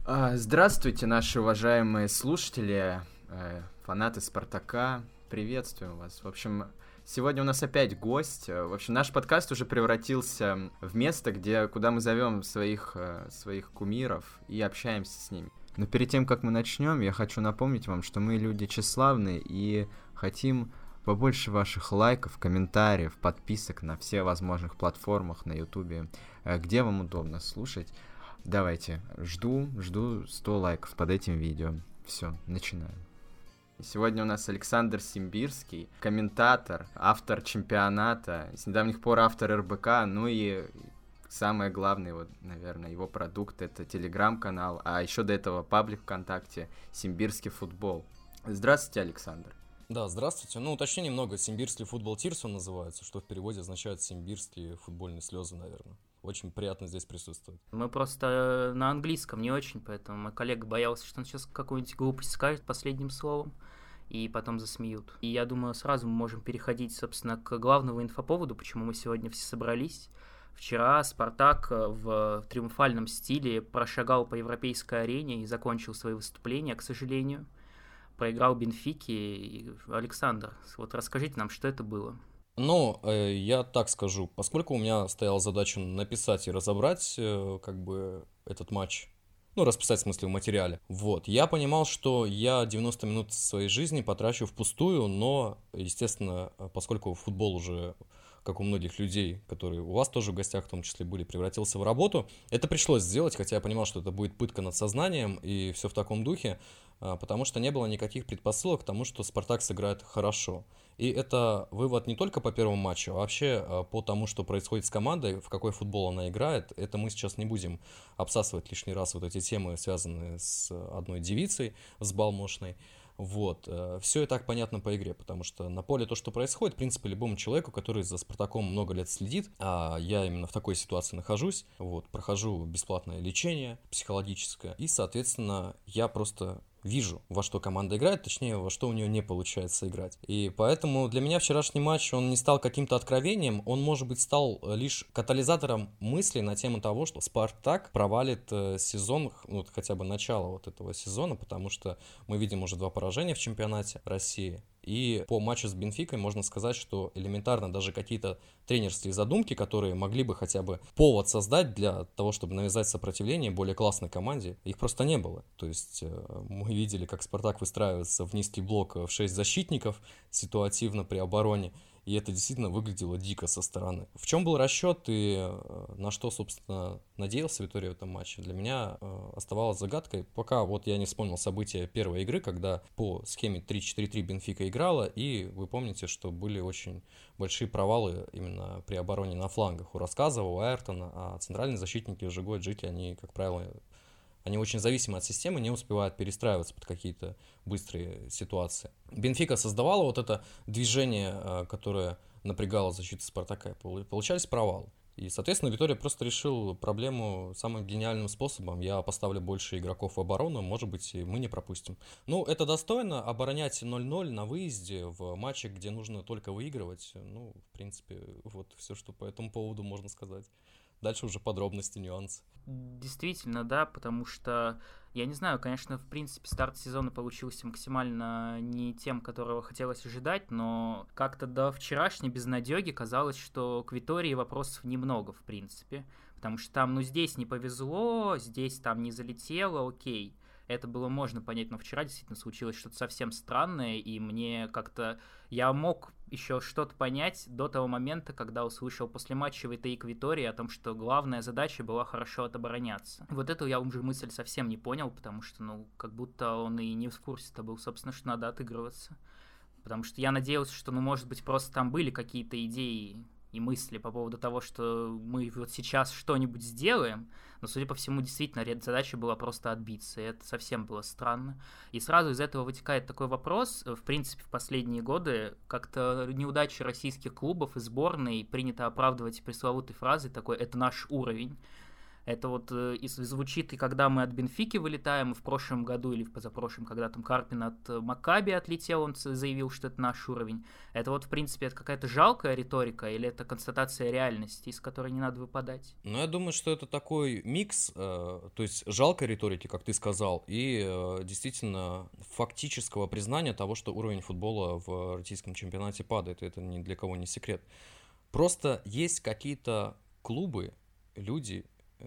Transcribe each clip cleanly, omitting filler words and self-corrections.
Здравствуйте, наши уважаемые слушатели, фанаты Спартака. Приветствуем вас. В общем, сегодня у нас опять гость. В общем, наш подкаст уже превратился в место, куда мы зовем своих кумиров и общаемся с ними. Но перед тем, как мы начнем, я хочу напомнить вам, что мы люди тщеславные и хотим побольше ваших лайков, комментариев, подписок на все возможных платформах, на Ютубе, где вам удобно слушать. Давайте, жду 100 лайков под этим видео. Все, начинаем. Сегодня у нас Александр Симбирский, комментатор, автор чемпионата, с недавних пор автор РБК, ну и самое главное, наверное, его продукт — это телеграм-канал, а еще до этого паблик ВКонтакте «Симбирский футбол». Здравствуйте, Александр. Да, здравствуйте. Уточни немного, симбирский футбол Тирс он называется, что в переводе означает симбирские футбольные слезы, наверное. Очень приятно здесь присутствовать. Мы просто на английском не очень, поэтому мой коллега боялся, что он сейчас какую-нибудь глупость скажет последним словом, и потом засмеют. И я думаю, сразу мы можем переходить, собственно, к главному инфоповоду, почему мы сегодня все собрались. Вчера «Спартак» в триумфальном стиле прошагал по европейской арене и закончил свои выступления, к сожалению. Проиграл Бенфике. Александр, расскажите нам, что это было. Я так скажу, поскольку у меня стояла задача написать и разобрать этот матч, расписать в смысле в материале, я понимал, что я 90 минут своей жизни потрачу впустую, но, естественно, поскольку футбол уже, как у многих людей, которые у вас тоже в гостях в том числе были, превратился в работу, это пришлось сделать, хотя я понимал, что это будет пытка над сознанием и все в таком духе, потому что не было никаких предпосылок к тому, что «Спартак» сыграет хорошо. И это вывод не только по первому матчу, а вообще по тому, что происходит с командой, в какой футбол она играет. Это мы сейчас не будем обсасывать лишний раз эти темы, связанные с одной девицей взбалмошной. Все и так понятно по игре, потому что на поле то, что происходит, в принципе, любому человеку, который за «Спартаком» много лет следит, а я именно в такой ситуации нахожусь, прохожу бесплатное лечение психологическое, и, соответственно, я просто вижу, во что команда играет, точнее, во что у нее не получается играть. И поэтому для меня вчерашний матч, он не стал каким-то откровением, он, может быть, стал лишь катализатором мыслей на тему того, что «Спартак» провалит сезон, хотя бы начало этого сезона, потому что мы видим уже 2 поражения в чемпионате России. И по матчу с Бенфикой можно сказать, что элементарно даже какие-то тренерские задумки, которые могли бы хотя бы повод создать для того, чтобы навязать сопротивление более классной команде, их просто не было. То есть мы видели, как «Спартак» выстраивается в низкий блок в 6 защитников ситуативно при обороне, и это действительно выглядело дико со стороны. В чем был расчет и на что, собственно, надеялся Витория в этом матче, для меня оставалось загадкой, пока я не вспомнил события первой игры, когда по схеме 3-4-3 Бенфика играла, и вы помните, что были очень большие провалы именно при обороне на флангах у Рассказова, у Айртона, а центральные защитники Жиго и Джики, они, как правило, они очень зависимы от системы, не успевают перестраиваться под какие-то быстрые ситуации. Бенфика создавала это движение, которое напрягало защиту «Спартака», и получались провалы. И, соответственно, Витория просто решил проблему самым гениальным способом. Я поставлю больше игроков в оборону, может быть, и мы не пропустим. Это достойно оборонять 0-0 на выезде в матче, где нужно только выигрывать. В принципе, все, что по этому поводу можно сказать. Дальше уже подробности, нюансы. Действительно, да, потому что, я не знаю, конечно, в принципе, старт сезона получился максимально не тем, которого хотелось ожидать, но как-то до вчерашней безнадеги казалось, что к Витории вопросов немного, в принципе, потому что там, здесь не повезло, здесь там не залетело, окей. Это было можно понять, но вчера действительно случилось что-то совсем странное, и мне как-то... Я мог еще что-то понять до того момента, когда услышал послематчевый тейк Витории о том, что главная задача была хорошо отобороняться. Эту я уже мысль совсем не понял, потому что, как будто он и не в курсе-то был, собственно, что надо отыгрываться. Потому что я надеялся, что, может быть, просто там были какие-то идеи и мысли по поводу того, что мы сейчас что-нибудь сделаем, но, судя по всему, действительно, задача была просто отбиться, и это совсем было странно. И сразу из этого вытекает такой вопрос, в принципе, в последние годы как-то неудачи российских клубов и сборной принято оправдывать пресловутой фразой такой «это наш уровень». Это вот звучит и когда мы от Бенфики вылетаем, и в прошлом году или в позапрошлом, когда там Карпин от Маккаби отлетел, он заявил, что это наш уровень. Это вот, в принципе, это какая-то жалкая риторика или это констатация реальности, из которой не надо выпадать? Ну, я думаю, что это такой микс, то есть жалкой риторики, как ты сказал, и действительно фактического признания того, что уровень футбола в российском чемпионате падает. Это ни для кого не секрет. Просто есть какие-то клубы, люди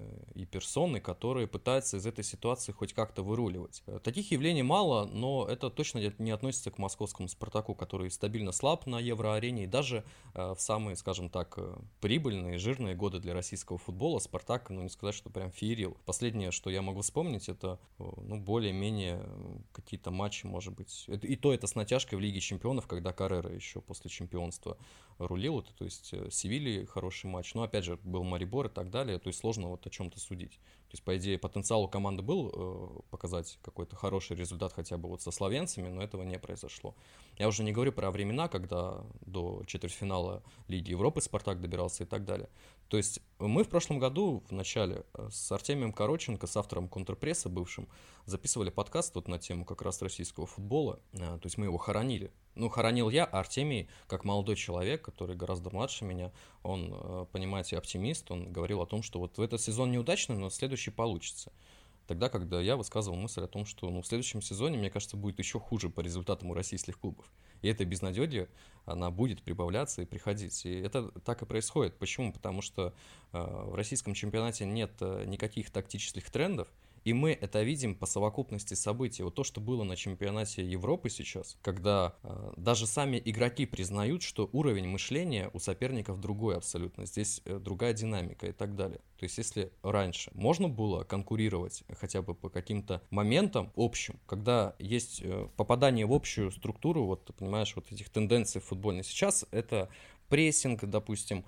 и персоны, которые пытаются из этой ситуации хоть как-то выруливать. Таких явлений мало, но это точно не относится к московскому «Спартаку», который стабильно слаб на евроарене, и даже в самые, скажем так, прибыльные, жирные годы для российского футбола «Спартак», ну не сказать, что прям феерил. Последнее, что я могу вспомнить, это, ну, более-менее какие-то матчи, может быть. И то это с натяжкой в Лиге чемпионов, когда Каррера еще после чемпионства рулил. Это, то есть Севильи хороший матч, но опять же был Марибор и так далее, то есть сложно вот о чем-то судить. То есть, по идее, потенциал у команды был показать какой-то хороший результат хотя бы вот со словенцами, но этого не произошло. Я уже не говорю про времена, когда до четвертьфинала Лиги Европы Спартак добирался и так далее. То есть мы в прошлом году в начале с Артемием Короченко, с автором «Контрпресса» бывшим, записывали подкаст вот на тему как раз российского футбола. То есть мы его хоронили. Ну, хоронил я, а Артемий, как молодой человек, который гораздо младше меня, он, понимаете, оптимист, он говорил о том, что вот в этот сезон неудачный, но следующий получится. Тогда, когда я высказывал мысль о том, что в следующем сезоне, мне кажется, будет еще хуже по результатам у российских клубов. И эта безнадёга, она будет прибавляться и приходить. И это так и происходит. Почему? Потому что в российском чемпионате нет никаких тактических трендов, и мы это видим по совокупности событий. Вот то, что было на чемпионате Европы сейчас, когда даже сами игроки признают, что уровень мышления у соперников другой абсолютно. Здесь другая динамика и так далее. То есть если раньше можно было конкурировать хотя бы по каким-то моментам общим, когда есть попадание в общую структуру, вот ты понимаешь, вот этих тенденций футбольных. Сейчас это прессинг, допустим,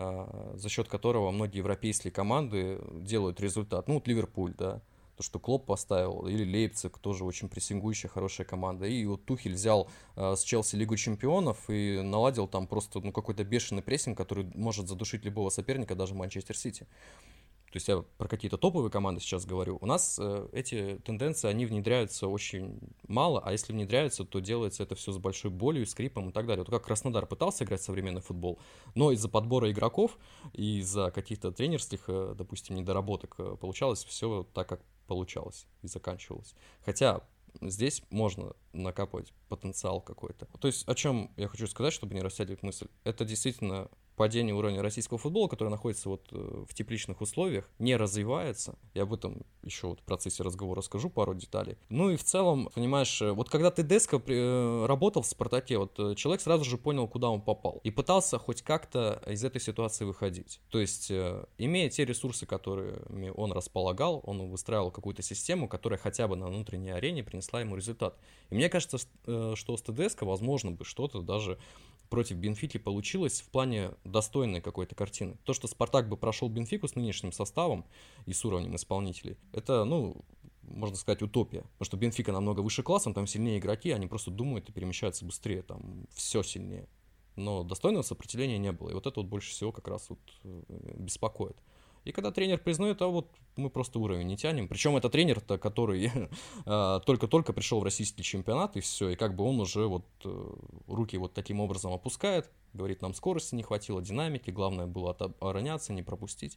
за счет которого многие европейские команды делают результат. Ну вот Ливерпуль, да. То, что Клопп поставил, или Лейпциг, тоже очень прессингующая, хорошая команда. И вот Тухель взял с Челси Лигу чемпионов и наладил там просто какой-то бешеный прессинг, который может задушить любого соперника, даже Манчестер Сити. То есть я про какие-то топовые команды сейчас говорю. У нас эти тенденции, они внедряются очень мало, а если внедряются, то делается это все с большой болью, скрипом и так далее. Вот как Краснодар пытался играть в современный футбол, но из-за подбора игроков и из-за каких-то тренерских, допустим, недоработок получалось все так, как получалось и заканчивалось. Хотя здесь можно накапать потенциал какой-то. То есть о чем я хочу сказать, чтобы не растягивать мысль, это действительно падение уровня российского футбола, который находится вот в тепличных условиях, не развивается. Я об этом еще вот в процессе разговора скажу пару деталей. Ну и в целом, понимаешь, вот когда Тедеско работал в «Спартаке», вот человек сразу же понял, куда он попал. И пытался хоть как-то из этой ситуации выходить. То есть, имея те ресурсы, которыми он располагал, он выстраивал какую-то систему, которая хотя бы на внутренней арене принесла ему результат. И мне кажется, что с Тедеско, возможно, бы что-то даже против Бенфики получилось в плане достойной какой-то картины. То, что Спартак бы прошел Бенфику с нынешним составом и с уровнем исполнителей, это, можно сказать, утопия. Потому что Бенфика намного выше классом, там сильнее игроки, они просто думают и перемещаются быстрее, там все сильнее. Но достойного сопротивления не было. И вот это вот больше всего как раз вот беспокоит. И когда тренер признает, а вот мы просто уровень не тянем. Причем это тренер-то, который только-только пришел в российский чемпионат, и все, и как бы он уже вот руки вот таким образом опускает, говорит, нам скорости не хватило, динамики, главное было обороняться, не пропустить.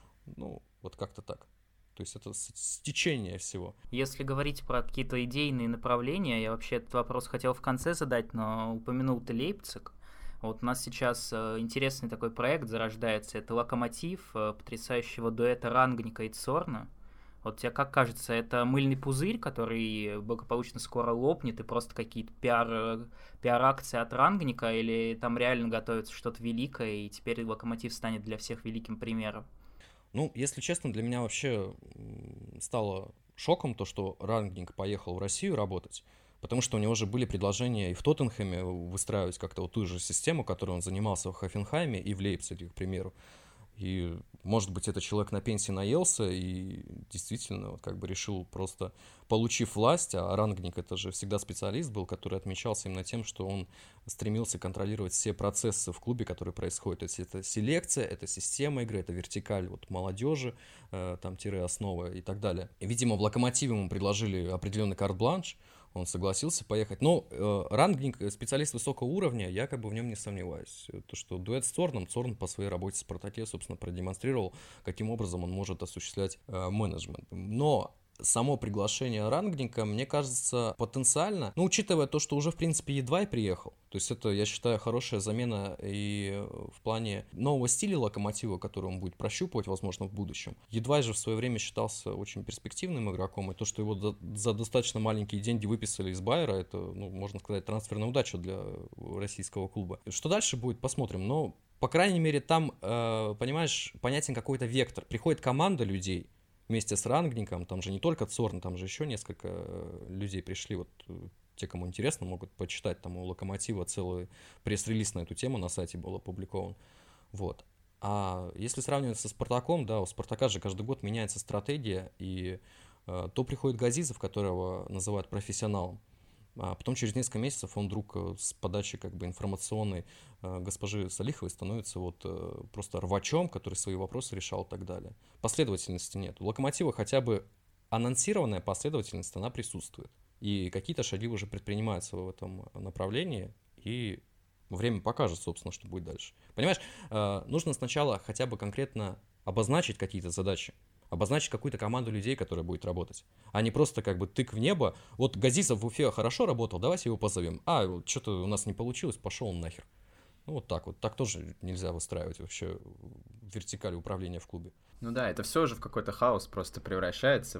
Ну, вот как-то так. То есть это стечение всего. Если говорить про какие-то идейные направления, я вообще этот вопрос хотел в конце задать, но упомянул ты Лейпциг. Вот у нас сейчас интересный такой проект зарождается. Это «Локомотив» потрясающего дуэта Рангника и Цорна. Вот тебе как кажется, это мыльный пузырь, который благополучно скоро лопнет, и просто какие-то пиар-акции от Рангника, или там реально готовится что-то великое, и теперь «Локомотив» станет для всех великим примером? Ну, если честно, для меня вообще стало шоком то, что Рангник поехал в Россию работать. Потому что у него же были предложения и в Тоттенхэме выстраивать как-то вот ту же систему, которой он занимался в Хофенхайме и в Лейпциге, к примеру. И, может быть, этот человек на пенсии наелся и действительно вот как бы решил просто, получив власть, а Рангник это же всегда специалист был, который отмечался именно тем, что он стремился контролировать все процессы в клубе, которые происходят. То есть это селекция, это система игры, это вертикаль вот молодежи, там основа и так далее. И, видимо, в Локомотиве ему предложили определенный карт-бланш, он согласился поехать. Но Рангник специалист высокого уровня, я как бы в нем не сомневаюсь. То, что дуэт с Цорном, Цорн по своей работе в «Спартаке», собственно, продемонстрировал, каким образом он может осуществлять менеджмент. Но само приглашение Рангника, мне кажется, потенциально, ну, учитывая то, что уже, в принципе, Едвай приехал, то есть это, я считаю, хорошая замена и в плане нового стиля Локомотива, который он будет прощупывать, возможно, в будущем. Едвай же в свое время считался очень перспективным игроком, и то, что его за достаточно маленькие деньги выписали из Байера, это, ну, можно сказать, трансферная удача для российского клуба. Что дальше будет, посмотрим, но, по крайней мере, там, понимаешь, понятен какой-то вектор. Приходит команда людей, вместе с Рангником, там же не только Цорн, там же еще несколько людей пришли, вот те, кому интересно, могут почитать, там у Локомотива целый пресс-релиз на эту тему на сайте был опубликован, вот. А если сравнивать со Спартаком, да, у Спартака же каждый год меняется стратегия, и то приходит Газизов, которого называют профессионалом, а потом через несколько месяцев он вдруг с подачи как бы информационной госпожи Салиховой становится вот просто рвачом, который свои вопросы решал и так далее. Последовательности нет. У Локомотива хотя бы анонсированная последовательность, она присутствует. И какие-то шаги уже предпринимаются в этом направлении, и время покажет, собственно, что будет дальше. Понимаешь, нужно сначала хотя бы конкретно обозначить какие-то задачи, обозначить какую-то команду людей, которая будет работать, а не просто как бы тык в небо. Вот Газизов в Уфе хорошо работал, давайте его позовем. А, вот что-то у нас не получилось, пошел он нахер. Ну вот так вот. Так тоже нельзя выстраивать вообще вертикаль управления в клубе. Ну да, это все же в какой-то хаос просто превращается.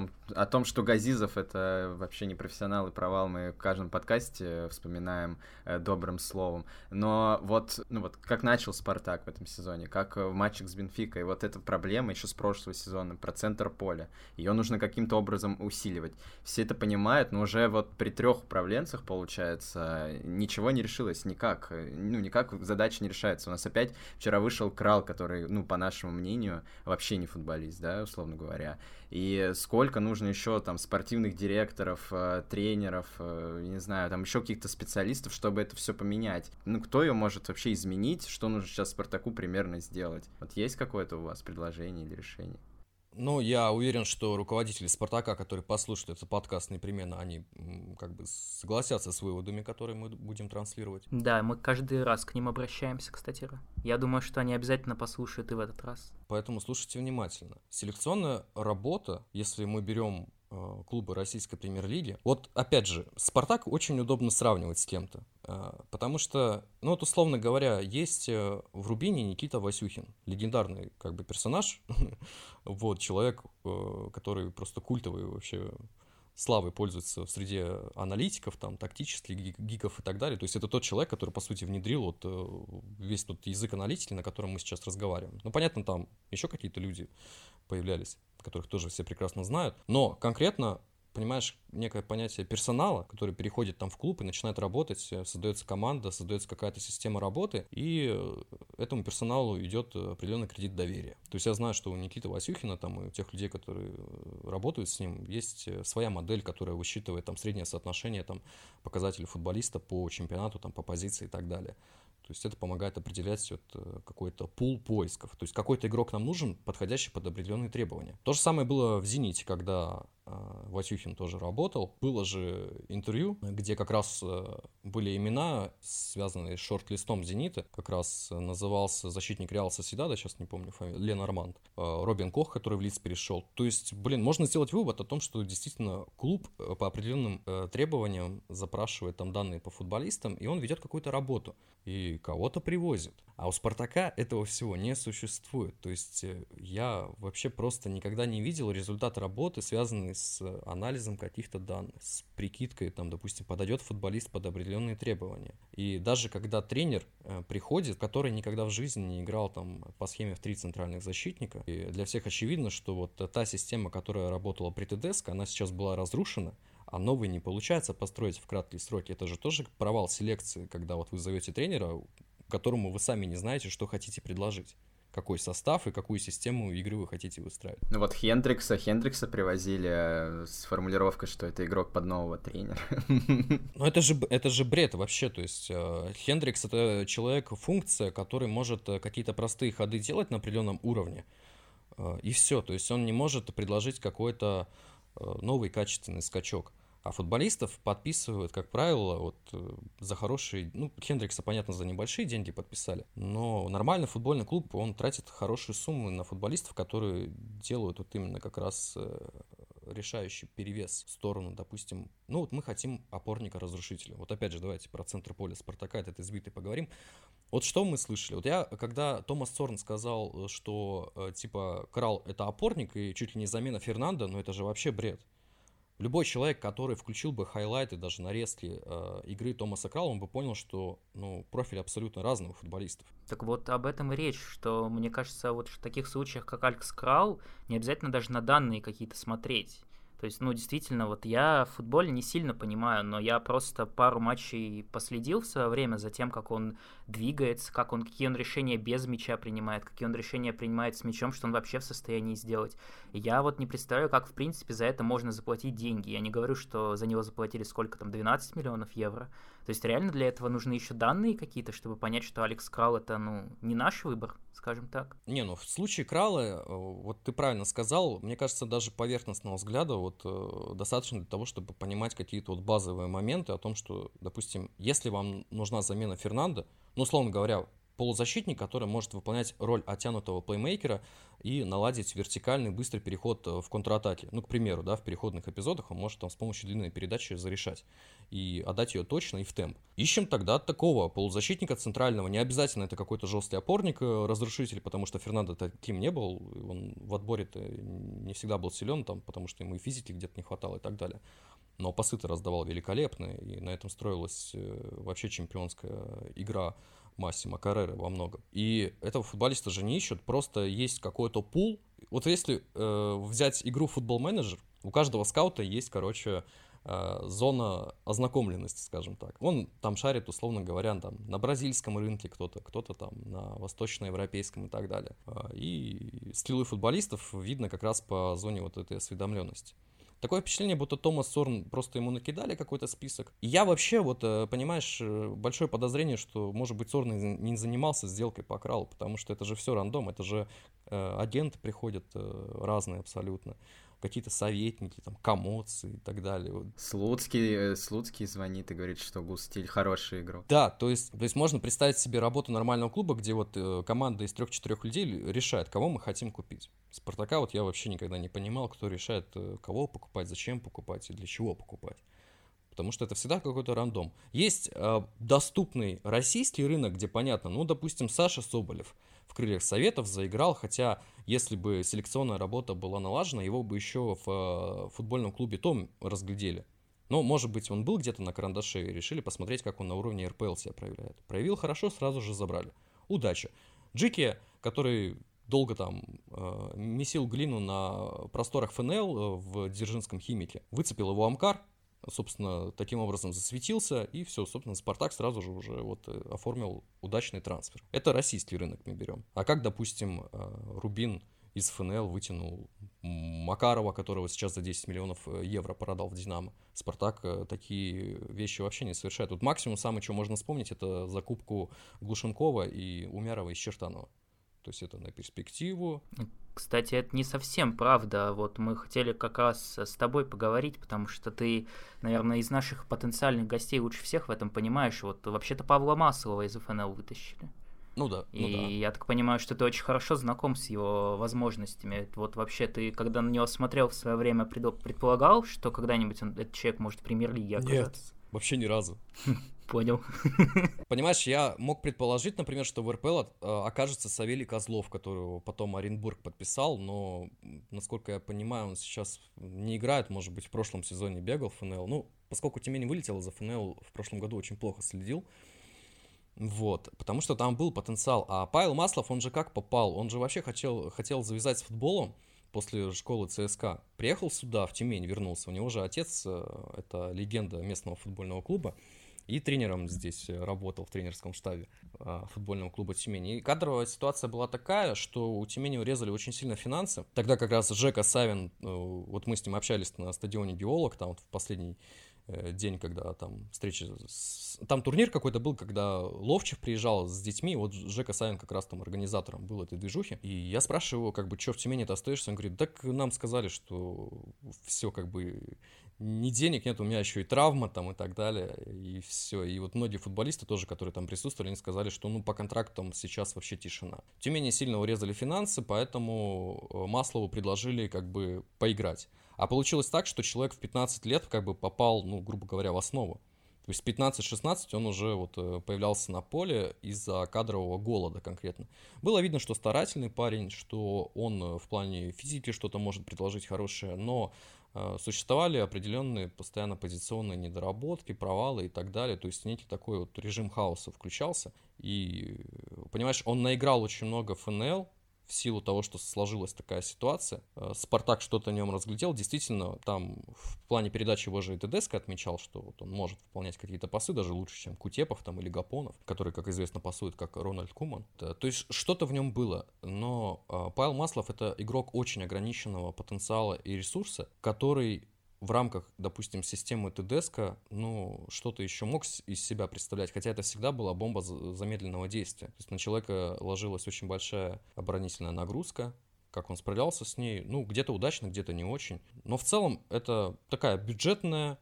О том, что Газизов — это вообще не профессионал и провал, мы в каждом подкасте вспоминаем добрым словом. Но вот, ну вот как начал Спартак в этом сезоне, как в матчах с Бенфикой, вот эта проблема еще с прошлого сезона про центр поля. Ее нужно каким-то образом усиливать. Все это понимают, но уже вот при 3 управленцах, получается, ничего не решилось никак. Ну, никак задача не решается. У нас опять вчера вышел Крал, который, ну, по нашему мнению, вообще не футболист, да, условно говоря. И сколько нужно еще там спортивных директоров, тренеров, не знаю, там еще каких-то специалистов, чтобы это все поменять. Ну, кто ее может вообще изменить? Что нужно сейчас Спартаку примерно сделать? Вот есть какое-то у вас предложение или решение? Ну, я уверен, что руководители «Спартака», которые послушают этот подкаст непременно, они как бы согласятся с выводами, которые мы будем транслировать. Да, мы каждый раз к ним обращаемся, кстати. Я думаю, что они обязательно послушают и в этот раз. Поэтому слушайте внимательно. Селекционная работа, если мы берем клубы российской премьер-лиги. Вот, опять же, «Спартак» очень удобно сравнивать с кем-то, потому что, ну вот, условно говоря, есть в «Рубине» Никита Васюхин, легендарный как бы персонаж, вот, человек, который просто культовый вообще славой пользуется в среде аналитиков, там, тактических гиков и так далее. То есть это тот человек, который, по сути, внедрил вот весь тот язык аналитики, на котором мы сейчас разговариваем. Ну, понятно, там еще какие-то люди появлялись, которых тоже все прекрасно знают. Но конкретно, понимаешь, некое понятие персонала, который переходит там в клуб и начинает работать, создается команда, создается какая-то система работы, и этому персоналу идет определенный кредит доверия. То есть я знаю, что у Никиты Васюхина, там, и у тех людей, которые работают с ним, есть своя модель, которая высчитывает там среднее соотношение там показателей футболиста по чемпионату, там, по позиции и так далее. То есть это помогает определять вот какой-то пул поисков. То есть какой-то игрок нам нужен, подходящий под определенные требования. То же самое было в «Зените», когда Васюхин тоже работал. Было же интервью, где как раз были имена, связанные с шорт-листом «Зенита». Как раз назывался защитник Реал Сосьедада, сейчас не помню фамилию, Ленорманд, Робин Кох, который в Лидс перешел. То есть, можно сделать вывод о том, что действительно клуб по определенным требованиям запрашивает там данные по футболистам, и он ведет какую-то работу. И кого-то привозит. А у «Спартака» этого всего не существует. То есть я вообще просто никогда не видел результат работы, связанный с анализом каких-то данных, с прикидкой, там, допустим, подойдет футболист под определенные требования. И даже когда тренер приходит, который никогда в жизни не играл там по схеме в 3 центральных защитника, и для всех очевидно, что вот та система, которая работала при Тедеско, она сейчас была разрушена, а новый не получается построить в краткие сроки. Это же тоже провал селекции, когда вот вы зовете тренера, которому вы сами не знаете, что хотите предложить. какой состав и какую систему игры вы хотите выстраивать. Ну вот Хендрикса привозили с формулировкой, что это игрок под нового тренера. Ну это же бред вообще, то есть Хендрикс — это человек-функция, который может какие-то простые ходы делать на определенном уровне, и все, то есть он не может предложить какой-то новый качественный скачок. А футболистов подписывают, как правило, вот за хорошие... Ну, Хендрикса, понятно, за небольшие деньги подписали, но нормальный футбольный клуб, он тратит хорошие суммы на футболистов, которые делают вот именно как раз решающий перевес в сторону, допустим... Ну, вот мы хотим опорника-разрушителя. Вот опять же, давайте про центр поля Спартака, этот избитый, поговорим. Вот что мы слышали? Вот когда Томас Цорн сказал, что, типа, Крал — это опорник и чуть ли не замена Фернандо, ну, это же вообще бред. Любой человек, который включил бы хайлайты, даже нарезки игры Томаса Крала, он бы понял, что профиль абсолютно разных футболистов. Так вот об этом и речь, что мне кажется, вот в таких случаях, как Алекс Крал, не обязательно даже на данные какие-то смотреть. То есть, действительно, вот я в футболе не сильно понимаю, но я просто пару матчей последил в свое время за тем, как он двигается, какие он решения без мяча принимает, какие он решения принимает с мячом, что он вообще в состоянии сделать. И я вот не представляю, как, в принципе, за это можно заплатить деньги. Я не говорю, что за него заплатили сколько там, 12 миллионов евро. То есть реально для этого нужны еще данные какие-то, чтобы понять, что Алекс Крал — это, не наш выбор, скажем так. Не, в случае Крала, вот ты правильно сказал, мне кажется, даже поверхностного взгляда достаточно для того, чтобы понимать какие-то вот базовые моменты о том, что, допустим, если вам нужна замена Фернандо, условно говоря, полузащитник, который может выполнять роль оттянутого плеймейкера и наладить вертикальный быстрый переход в контратаке. К примеру, в переходных эпизодах он может там с помощью длинной передачи зарешать и отдать ее точно и в темп. Ищем тогда такого полузащитника центрального. Не обязательно это какой-то жесткий опорник, разрушитель, потому что Фернандо таким не был. Он в отборе-то не всегда был силен, потому что ему и физики где-то не хватало и так далее. Но пасы-то раздавал великолепно, и на этом строилась вообще чемпионская игра Массимо Каррера во многом. И этого футболиста же не ищут, просто есть какой-то пул. Вот если взять игру Football Manager, у каждого скаута есть, зона ознакомленности, скажем так. Он там шарит, условно говоря, там, на бразильском рынке кто-то там на восточноевропейском и так далее. И скиллы футболистов видно как раз по зоне вот этой осведомленности. Такое впечатление, будто Томас Цорн просто ему накидали какой-то список. И я вообще, понимаешь, большое подозрение, что, может быть, Цорн не занимался сделкой по Кралу, потому что это же все рандом, это же агенты приходят разные абсолютно. Какие-то советники, там, комоции и так далее. Слуцкий звонит и говорит, что Густиль хороший игрок. Да, то есть можно представить себе работу нормального клуба, где команда из 3-4 людей решает, кого мы хотим купить. Спартака я вообще никогда не понимал, кто решает, кого покупать, зачем покупать и для чего покупать. Потому что это всегда какой-то рандом. Есть доступный российский рынок, где понятно, допустим, Саша Соболев в «Крыльях Советов» заиграл, хотя если бы селекционная работа была налажена, его бы еще в футбольном клубе «Том» разглядели. Но, может быть, он был где-то на карандаше и решили посмотреть, как он на уровне РПЛ себя проявляет. Проявил хорошо, сразу же забрали. Удача. Джики, который долго там месил глину на просторах ФНЛ в Дзержинском Химике, выцепил его Амкар, собственно, таким образом засветился, и все, собственно, Спартак сразу же уже оформил удачный трансфер. Это российский рынок мы берем. А как, допустим, Рубин из ФНЛ вытянул Макарова, которого сейчас за 10 миллионов евро продал в Динамо. Спартак такие вещи вообще не совершает. Максимум, самое, что можно вспомнить, это закупку Глушенкова и Умярова из Чертанова. То есть это на перспективу. Кстати, это не совсем правда. Мы хотели как раз с тобой поговорить, потому что ты, наверное, из наших потенциальных гостей лучше всех в этом понимаешь. Вообще-то Павла Маслова из ФНЛ вытащили. Да. И я так понимаю, что ты очень хорошо знаком с его возможностями. Вообще ты, когда на него смотрел в свое время, предполагал, что когда-нибудь этот человек может в премьер-лиге оказаться? Нет, вообще ни разу. Понял. Понимаешь, я мог предположить, например, что в РПЛ окажется Савелий Козлов, которого потом Оренбург подписал, но, насколько я понимаю, он сейчас не играет, может быть, в прошлом сезоне бегал в ФНЛ. Поскольку Тюмень вылетел, за ФНЛ в прошлом году очень плохо следил. Потому что там был потенциал. А Павел Маслов, он же как попал? Он же вообще хотел завязать с футболом после школы ЦСКА. Приехал сюда, в Тюмень, вернулся. У него же отец, это легенда местного футбольного клуба. и тренером здесь работал в тренерском штабе футбольного клуба Тюмень. И кадровая ситуация была такая, что у Тюмени урезали очень сильно финансы. Тогда как раз Жека Савин, вот мы с ним общались на стадионе «Геолог», там вот в последний день, когда там встреча... Там турнир какой-то был, когда Ловчев приезжал с детьми, вот Жека Савин как раз там организатором был этой движухи. И я спрашиваю его, как бы, что в Тюмени-то остаешься? Он говорит, так нам сказали, что все как бы... Ни денег нет, у меня еще и травма там и так далее, и все. И вот многие футболисты тоже, которые там присутствовали, они сказали, что ну по контрактам сейчас вообще тишина. В Тюмени сильно урезали финансы, поэтому Маслову предложили как бы поиграть. А получилось так, что человек в 15 лет как бы попал, ну, грубо говоря, в основу. То есть в 15-16 он уже вот появлялся на поле из-за кадрового голода конкретно. Было видно, что старательный парень, что он в плане физики что-то может предложить хорошее, но существовали определенные постоянно позиционные недоработки, провалы и так далее. То есть некий такой вот режим хаоса включался. И, понимаешь, он наиграл очень много ФНЛ, в силу того, что сложилась такая ситуация. Спартак что-то о нем разглядел. Действительно, там в плане передачи его же и Тедеско отмечал, что вот он может выполнять какие-то пасы даже лучше, чем Кутепов там, или Гапонов, который, как известно, пасует как Рональд Куман. То есть что-то в нем было. Но Павел Маслов — это игрок очень ограниченного потенциала и ресурса, который в рамках, допустим, системы Тедеско, ну, что-то еще мог из себя представлять, хотя это всегда была бомба замедленного действия. То есть на человека ложилась очень большая оборонительная нагрузка, как он справлялся с ней, ну, где-то удачно, где-то не очень. Но в целом это такая бюджетная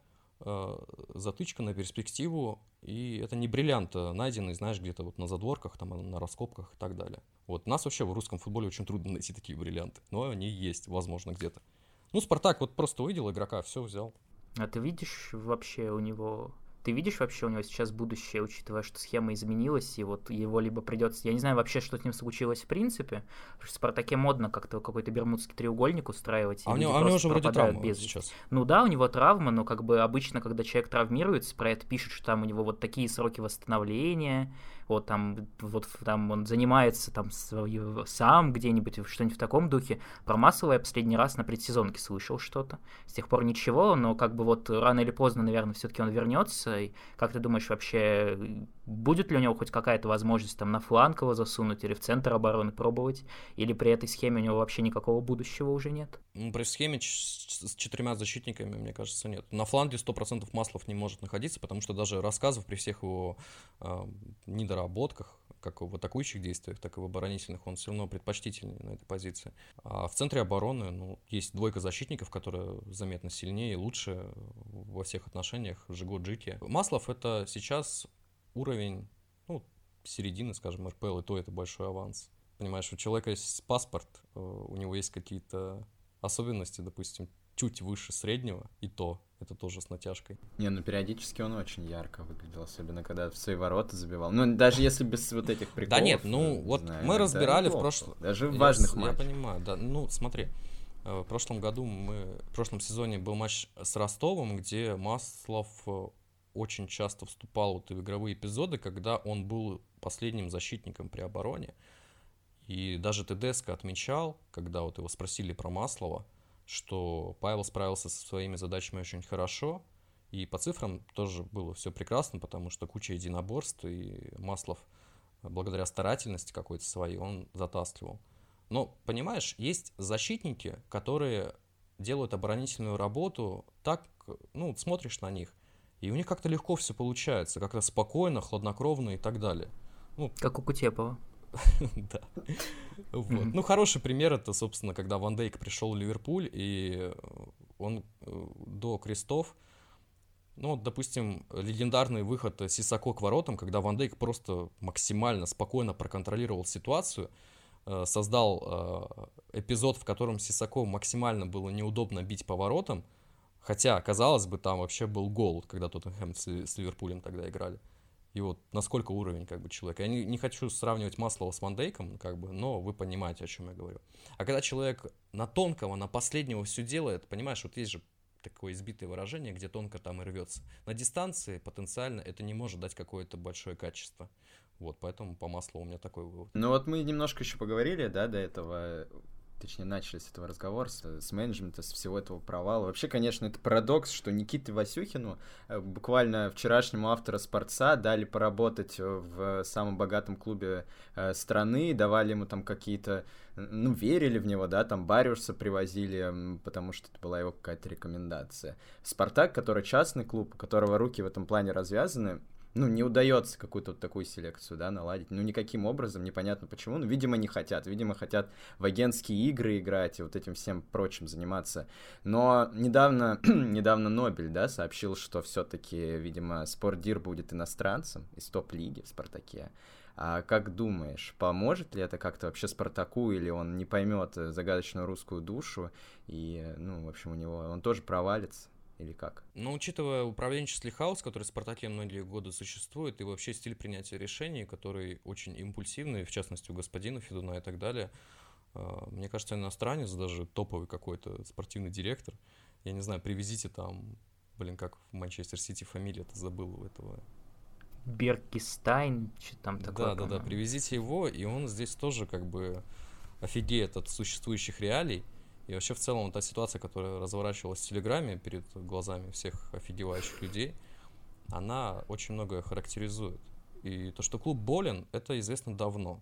затычка на перспективу, и это не бриллиант, найденный, знаешь, где-то вот на задворках, там, на раскопках и так далее. Вот нас вообще в русском футболе очень трудно найти такие бриллианты, но они есть, возможно, где-то. Ну, Спартак вот просто увидел игрока, все взял. А ты видишь вообще у него сейчас будущее, учитывая, что схема изменилась, и вот его либо придется... Я не знаю вообще, что с ним случилось в принципе, потому что в «Спартаке» модно как-то какой-то бермудский треугольник устраивать. А у него уже вроде травма сейчас. Ну да, у него травма, но как бы обычно, когда человек травмируется, про это пишут, что там у него вот такие сроки восстановления, вот там он занимается там сам где-нибудь, что-нибудь в таком духе. Про Маслова я последний раз на предсезонке слышал что-то. С тех пор ничего, но как бы вот рано или поздно, наверное, все-таки он вернется. И как ты думаешь, вообще будет ли у него хоть какая-то возможность там на фланг его засунуть или в центр обороны пробовать? Или при этой схеме у него вообще никакого будущего уже нет? При схеме с 4 защитниками, мне кажется, нет. На фланге 100% Маслов не может находиться, потому что даже рассказов при всех его недоработках, как в атакующих действиях, так и в оборонительных, он все равно предпочтительнее на этой позиции. А в центре обороны, ну, есть двойка защитников, которые заметно сильнее и лучше во всех отношениях. Жиго, Джики. Маслов — это сейчас уровень, ну, середины, скажем, РПЛ, и то это большой аванс. Понимаешь, у человека есть паспорт, у него есть какие-то особенности, допустим, чуть выше среднего, и то это тоже с натяжкой. Не, ну периодически он очень ярко выглядел, особенно когда в свои ворота забивал. Ну, даже если без вот этих приколов. Да нет, ну вот знаю, мы разбирали в прошлом... Даже в важных матчах. Я понимаю, да. Ну, смотри, в прошлом году в прошлом сезоне был матч с Ростовом, где Маслов очень часто вступал вот в игровые эпизоды, когда он был последним защитником при обороне. И даже Тедеско отмечал, когда вот его спросили про Маслова, что Павел справился со своими задачами очень хорошо, и по цифрам тоже было все прекрасно, потому что куча единоборств, и Маслов, благодаря старательности какой-то своей, он затаскивал. Но, понимаешь, есть защитники, которые делают оборонительную работу так, ну, смотришь на них, и у них как-то легко все получается, как-то спокойно, хладнокровно и так далее. Ну, как у Кутепова. Да. Вот. Ну, хороший пример — это, собственно, когда Ван Дейк пришел в Ливерпуль, и он до крестов, ну, допустим, легендарный выход Сисако к воротам, когда Ван Дейк просто максимально спокойно проконтролировал ситуацию, создал эпизод, в котором Сисако максимально было неудобно бить по воротам, хотя, казалось бы, там вообще был гол, когда Тоттенхэм с Ливерпулем тогда играли. И вот насколько уровень как бы человека. Я не хочу сравнивать Маслова с Ван Дейком, как бы, но вы понимаете, о чем я говорю. А когда человек на тонкого, на последнего все делает, понимаешь, вот есть же такое избитое выражение, где тонко там и рвется. На дистанции потенциально это не может дать какое-то большое качество. Вот, поэтому по Маслову у меня такой вывод. Ну вот мы немножко еще поговорили, да, до этого точнее, начали с этого разговора, с менеджмента, с всего этого провала. Вообще, конечно, это парадокс, что Никите Васюхину, буквально вчерашнему автора «Спортса», дали поработать в самом богатом клубе страны, давали ему там какие-то, ну, верили в него, да, там Бариуса привозили, потому что это была его какая-то рекомендация. «Спартак», который частный клуб, у которого руки в этом плане развязаны, ну, не удается какую-то вот такую селекцию, да, наладить. Ну, никаким образом, непонятно почему. Ну, видимо, не хотят. Видимо, хотят в агентские игры играть и вот этим всем прочим заниматься. Но недавно Нобель, да, сообщил, что все-таки, видимо, Спортдир будет иностранцем из топ-лиги в «Спартаке». А как думаешь, поможет ли это как-то вообще «Спартаку», или он не поймет загадочную русскую душу, и, ну, в общем, он тоже провалится? Или как? Но учитывая управленческий хаос, который в «Спартаке» многие годы существует, и вообще стиль принятия решений, который очень импульсивный, в частности, у господина Федуна и так далее, мне кажется, иностранец, даже топовый какой-то спортивный директор, я не знаю, привезите там, как в Манчестер Сити фамилия-то забыл у этого. Беркистайн, что там такое. Да, привезите его, и он здесь тоже как бы офигеет от существующих реалий. И вообще в целом та ситуация, которая разворачивалась в Телеграме перед глазами всех офигевающих людей, она очень многое характеризует. И то, что клуб болен, это известно давно.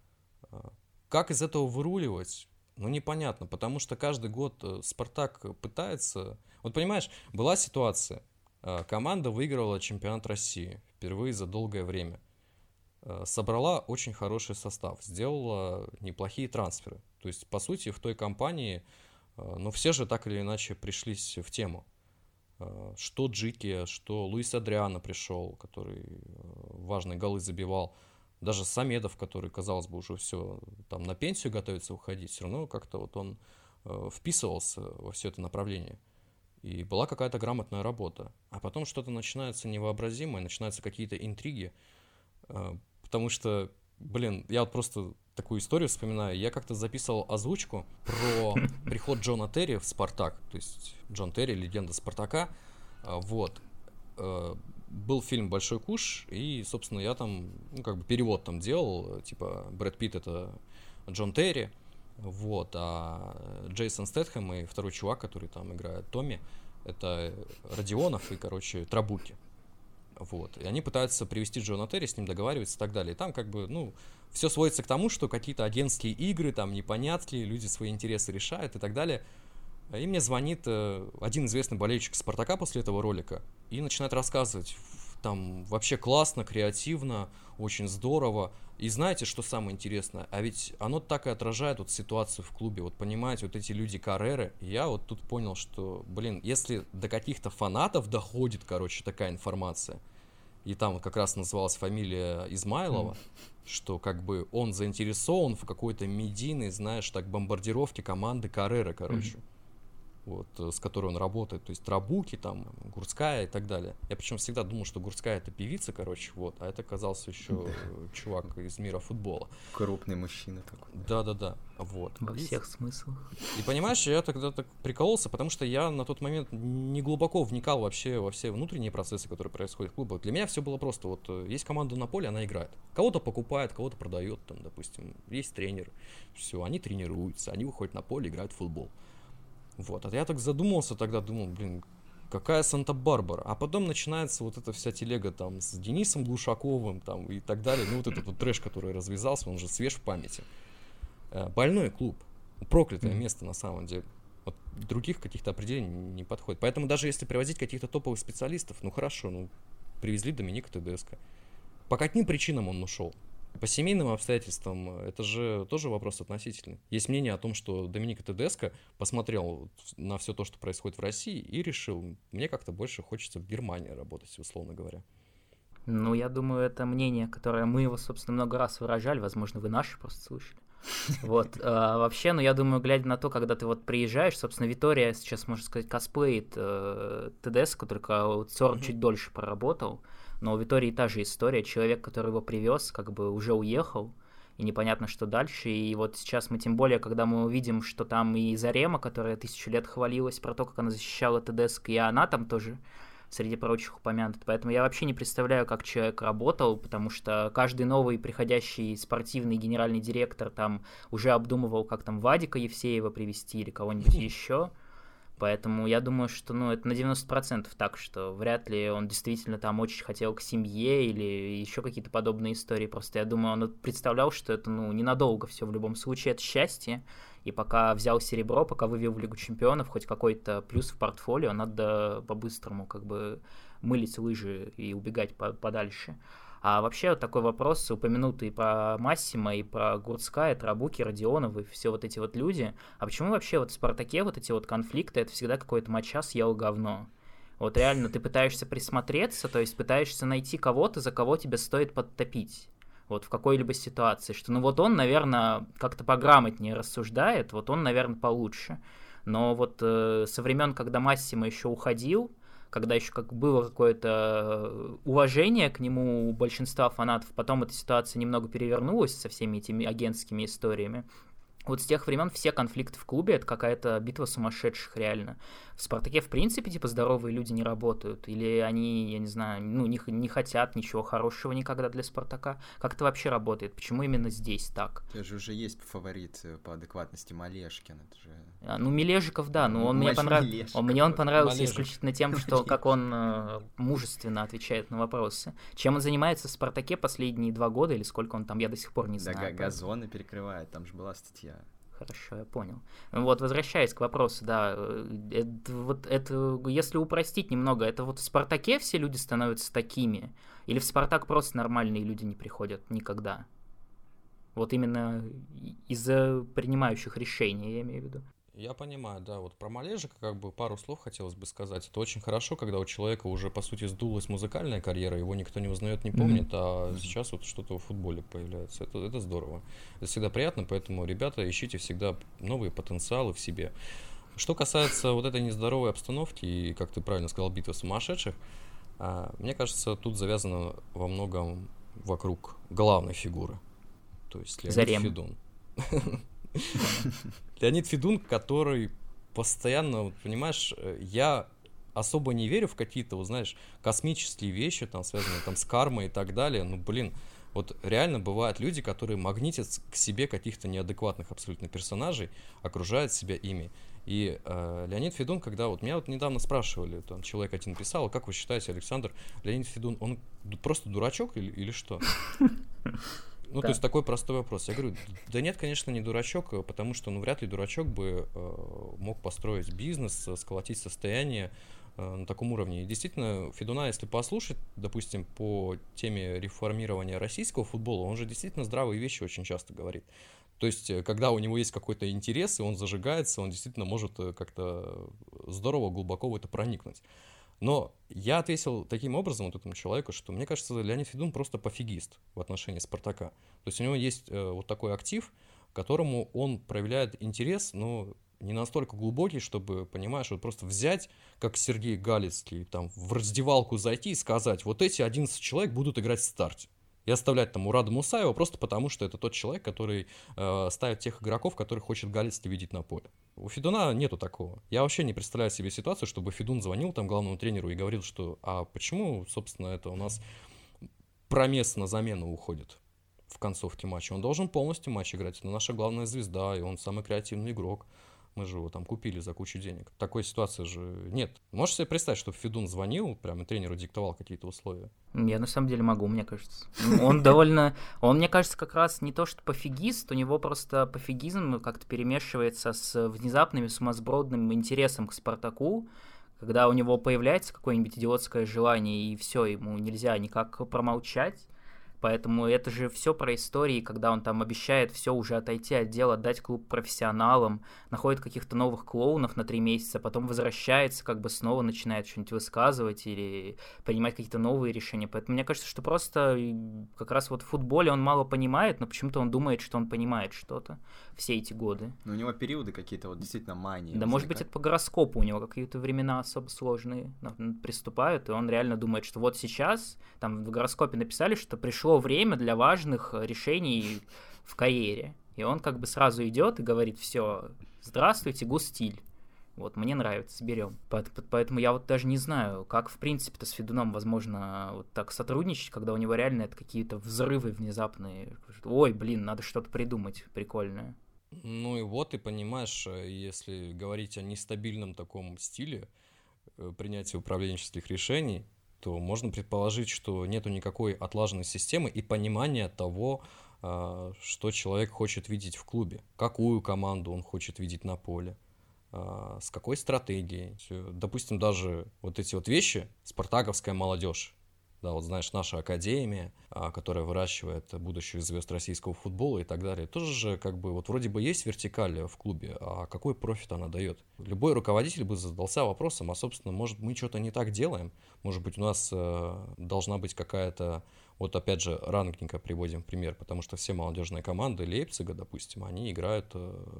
Как из этого выруливать? Ну, непонятно, потому что каждый год «Спартак» пытается... Вот понимаешь, была ситуация, команда выигрывала чемпионат России впервые за долгое время. Собрала очень хороший состав, сделала неплохие трансферы. То есть, по сути, в той компании, ну, все же так или иначе пришлись в тему. Что Джики, что Луис Адриано пришел, который важные голы забивал. Даже Самедов, который, казалось бы, уже все там на пенсию готовится уходить, все равно как-то вот он вписывался во все это направление. И была какая-то грамотная работа. А потом что-то начинается невообразимое, начинаются какие-то интриги. Потому что, я вот просто такую историю вспоминаю. Я как-то записывал озвучку про приход Джона Терри в «Спартак». То есть Джон Терри, легенда «Спартака». Вот. Был фильм «Большой куш», и, собственно, я там, перевод там делал. Типа, Брэд Питт — это Джон Терри. Вот. А Джейсон Стэтхэм и второй чувак, который там играет Томми, это Родионов и, Трабуки. Вот. И они пытаются привести Джона Терри, с ним договариваться и так далее. И там все сводится к тому, что какие-то агентские игры, там непонятки, люди свои интересы решают и так далее. И мне звонит один известный болельщик «Спартака» после этого ролика и начинает рассказывать. Там вообще классно, креативно, очень здорово. И знаете, что самое интересное? А ведь оно так и отражает вот ситуацию в клубе. Вот понимаете, вот эти люди Карреры. Я вот тут понял, что, если до каких-то фанатов доходит, такая информация, и там как раз называлась фамилия Измайлова, что он заинтересован в какой-то медийной, бомбардировке команды Карреры, вот, с которой он работает, то есть Трабуки, там, Гурцкая и так далее. Я причем всегда думал, что Гурцкая — это певица, вот, а это оказался еще чувак из мира футбола. Крупный мужчина такой. Да, вот. Во всех смыслах. И понимаешь, я тогда так прикололся, потому что я на тот момент не глубоко вникал вообще во все внутренние процессы, которые происходят в клубах. Для меня все было просто, вот, есть команда на поле, она играет. Кого-то покупает, кого-то продает, там, допустим, есть тренер, все, они тренируются, они выходят на поле, играют в футбол. Вот, а я так задумался тогда, думал, какая Санта-Барбара. А потом начинается вот эта вся телега там с Денисом Глушаковым там и так далее. Ну, вот этот вот трэш, который развязался, он же свеж в памяти. Больной клуб. Проклятое место на самом деле. Вот других каких-то определений не подходит. Поэтому даже если привозить каких-то топовых специалистов, хорошо, привезли Доминика Тедеско. По каким причинам он ушел? По семейным обстоятельствам это же тоже вопрос относительный. Есть мнение о том, что Доминика Тедеско посмотрел на все то, что происходит в России, и решил, мне как-то больше хочется в Германии работать, условно говоря. Ну, я думаю, это мнение, которое мы его, собственно, много раз выражали, возможно, вы наши просто слышали. Вот, вообще, я думаю, глядя на то, когда ты вот приезжаешь, собственно, Витория сейчас, можно сказать, косплеит Тедеско, только Цорн чуть дольше поработал. Но у Витории та же история. Человек, который его привез, уже уехал, и непонятно, что дальше. И вот сейчас мы тем более, когда мы увидим, что там и Зарема, которая 1000 лет хвалилась про то, как она защищала Тедеско, и она там тоже среди прочих упомянут. Поэтому я вообще не представляю, как человек работал, потому что каждый новый приходящий спортивный генеральный директор там уже обдумывал, как там Вадика Евсеева привести или кого-нибудь еще. Поэтому я думаю, что это на 90% так, что вряд ли он действительно там очень хотел к семье или еще какие-то подобные истории. Просто я думаю, он представлял, что это ненадолго все в любом случае, это счастье. И пока взял серебро, пока вывел в Лигу Чемпионов, хоть какой-то плюс в портфолио, надо по-быстрому как бы мылить лыжи и убегать подальше. А вообще вот такой вопрос, упомянутый про Массимо и про Гурцкая, Трабуки, Родионовы, все вот эти вот люди. А почему вообще вот в «Спартаке» вот эти вот конфликты, это всегда какое-то моча съел говно? Вот реально ты пытаешься присмотреться, то есть пытаешься найти кого-то, за кого тебе стоит подтопить. Вот в какой-либо ситуации, что вот он, наверное, как-то пограмотнее рассуждает, вот он, наверное, получше. Но вот со времен, когда Массимо еще уходил, когда еще как было какое-то уважение к нему у большинства фанатов, потом эта ситуация немного перевернулась со всеми этими агентскими историями. Вот с тех времен все конфликты в клубе — это какая-то битва сумасшедших реально. В «Спартаке» в принципе здоровые люди не работают, или они, я не знаю, не хотят ничего хорошего никогда для «Спартака». Как это вообще работает? Почему именно здесь так? Это же уже есть фаворит по адекватности Малешкин. Это же... Мележиков, да, но он мне понравился. Мне он понравился Малежик. исключительно тем, что как он мужественно отвечает на вопросы. Чем он занимается в «Спартаке» последние 2 года, или сколько он там, я до сих пор не знаю. Да, газоны перекрывает, там же была статья. Хорошо, я понял. Вот, возвращаясь к вопросу, да, это, если упростить немного, это вот в «Спартаке» все люди становятся такими, или в «Спартак» просто нормальные люди не приходят никогда? Вот именно из-за принимающих решений, я имею в виду. Я понимаю, да, вот про Малежика как бы пару слов хотелось бы сказать. Это очень хорошо, когда у человека уже, по сути, сдулась музыкальная карьера, его никто не узнает, не помнит, а сейчас вот что-то в футболе появляется. Это здорово. Это всегда приятно, поэтому, ребята, ищите всегда новые потенциалы в себе. Что касается вот этой нездоровой обстановки и, как ты правильно сказал, битвы сумасшедших, мне кажется, тут завязано во многом вокруг главной фигуры, то есть Леонид Федун. Леонид Федун, который постоянно, вот, понимаешь, я особо не верю в какие-то, вот, знаешь, космические вещи, там, связанные там, с кармой и так далее. Ну, блин, вот реально бывают люди, которые магнитят к себе каких-то неадекватных абсолютно персонажей, окружают себя ими. И Леонид Федун, когда вот меня вот недавно спрашивали, там человек один писал, как вы считаете, Александр, Леонид Федун, он просто дурачок или что? Ну, да. То есть такой простой вопрос. Я говорю, да нет, конечно, не дурачок, потому что, вряд ли дурачок бы мог построить бизнес, сколотить состояние на таком уровне. И действительно, Федуна, если послушать, допустим, по теме реформирования российского футбола, он же действительно здравые вещи очень часто говорит. То есть, когда у него есть какой-то интерес, и он зажигается, он действительно может как-то здорово, глубоко в это проникнуть. Но я ответил таким образом вот этому человеку, что мне кажется, Леонид Федун просто пофигист в отношении «Спартака». То есть у него есть вот такой актив, к которому он проявляет интерес, но не настолько глубокий, чтобы, понимаешь, вот просто взять, как Сергей Галицкий, там, в раздевалку зайти и сказать, вот эти 11 человек будут играть в старте. И оставлять там Мурада Мусаева просто потому, что это тот человек, который ставит тех игроков, которых хочет Галицкий видеть на поле. У Федуна нету такого. Я вообще не представляю себе ситуацию, чтобы Федун звонил там главному тренеру и говорил, что а почему, собственно, это у нас Промес на замену уходит в концовке матча. Он должен полностью матч играть. Это наша главная звезда, и он самый креативный игрок. Мы же его там купили за кучу денег. Такой ситуации же нет. Можешь себе представить, что Федун звонил, прям и тренеру диктовал какие-то условия? Я на самом деле могу, мне кажется. Он довольно... Он, мне кажется, как раз не то, что пофигист, у него просто пофигизм как-то перемешивается с внезапным сумасбродным интересом к «Спартаку», когда у него появляется какое-нибудь идиотское желание, и все, ему нельзя никак промолчать. Поэтому это же все про истории, когда он там обещает все уже отойти от дела, отдать клуб профессионалам, находит каких-то новых клоунов на 3 месяца, потом возвращается, как бы снова начинает что-нибудь высказывать или принимать какие-то новые решения. Поэтому мне кажется, что просто как раз вот в футболе он мало понимает, но почему-то он думает, что он понимает что-то все эти годы. Но у него периоды какие-то вот действительно мании. Да, может быть, это по гороскопу у него какие-то времена особо сложные приступают, и он реально думает, что вот сейчас, там в гороскопе написали, что пришло время для важных решений в карьере. И он как бы сразу идет и говорит: все, здравствуйте, Густиль. Вот, мне нравится, берем. Поэтому я вот даже не знаю, как, в принципе-то, с Федуном возможно вот так сотрудничать, когда у него реально это какие-то взрывы внезапные. Ой, блин, надо что-то придумать прикольное. Ну и вот, ты понимаешь, если говорить о нестабильном таком стиле принятия управленческих решений, то можно предположить, что нету никакой отлаженной системы и понимания того, что человек хочет видеть в клубе, какую команду он хочет видеть на поле, с какой стратегией. Допустим, даже вот эти вот вещи, спартаковская молодежь, да, вот знаешь, наша академия, которая выращивает будущих звезд российского футбола и так далее, тоже же как бы вот вроде бы есть вертикаль в клубе, а какой профит она дает? Любой руководитель бы задался вопросом, а собственно, может мы что-то не так делаем? Может быть у нас должна быть какая-то, вот опять же, рангненько приводим в пример, потому что все молодежные команды Лейпцига, допустим, они играют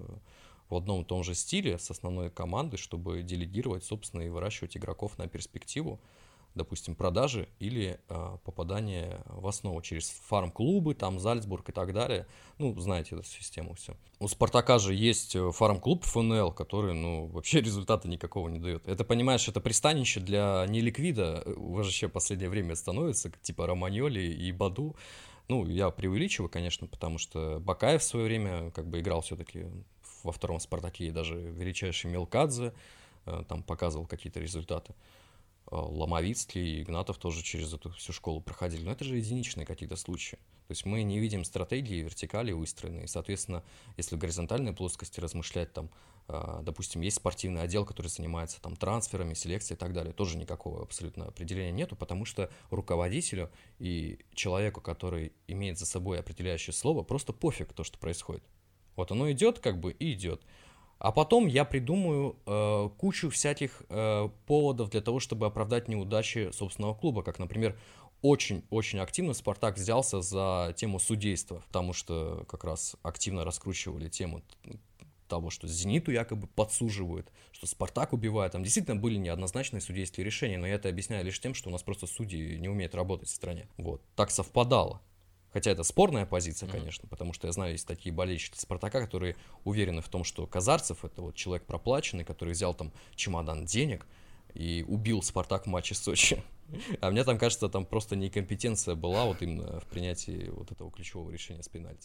в одном и том же стиле с основной командой, чтобы делегировать, собственно, и выращивать игроков на перспективу, допустим, продажи или попадание в основу через фарм-клубы, там, Зальцбург и так далее. Ну, знаете эту систему все. У Спартака же есть фарм-клуб ФНЛ, который, ну, вообще результата никакого не дает. Это, понимаешь, это пристанище для неликвида, вообще в последнее время становится, типа Романьоли и Баду. Ну, я преувеличиваю, конечно, потому что Бакаев в свое время как бы играл все-таки во втором Спартаке, и даже величайший Мелкадзе там показывал какие-то результаты. Ломовицкий и Игнатов тоже через эту всю школу проходили. Но это же единичные какие-то случаи. То есть мы не видим стратегии, вертикали выстроенные. И, соответственно, если в горизонтальной плоскости размышлять, там, допустим, есть спортивный отдел, который занимается там трансферами, селекцией и так далее, тоже никакого абсолютно определения нету, потому что руководителю и человеку, который имеет за собой определяющее слово, просто пофиг то, что происходит. Вот оно идет как бы и идет. А потом я придумаю кучу всяких поводов для того, чтобы оправдать неудачи собственного клуба. Как, например, очень-очень активно Спартак взялся за тему судейства, потому что как раз активно раскручивали тему того, что Зениту якобы подсуживают, что Спартак убивает. Там действительно были неоднозначные судейские решения, но я это объясняю лишь тем, что у нас просто судьи не умеют работать в стране. Вот. Так совпадало. Хотя это спорная позиция, конечно, потому что я знаю, есть такие болельщики Спартака, которые уверены в том, что Казарцев — это вот человек проплаченный, который взял там чемодан денег и убил Спартак в матче Сочи. А мне там кажется, там просто некомпетенция была вот именно в принятии вот этого ключевого решения с пенальти.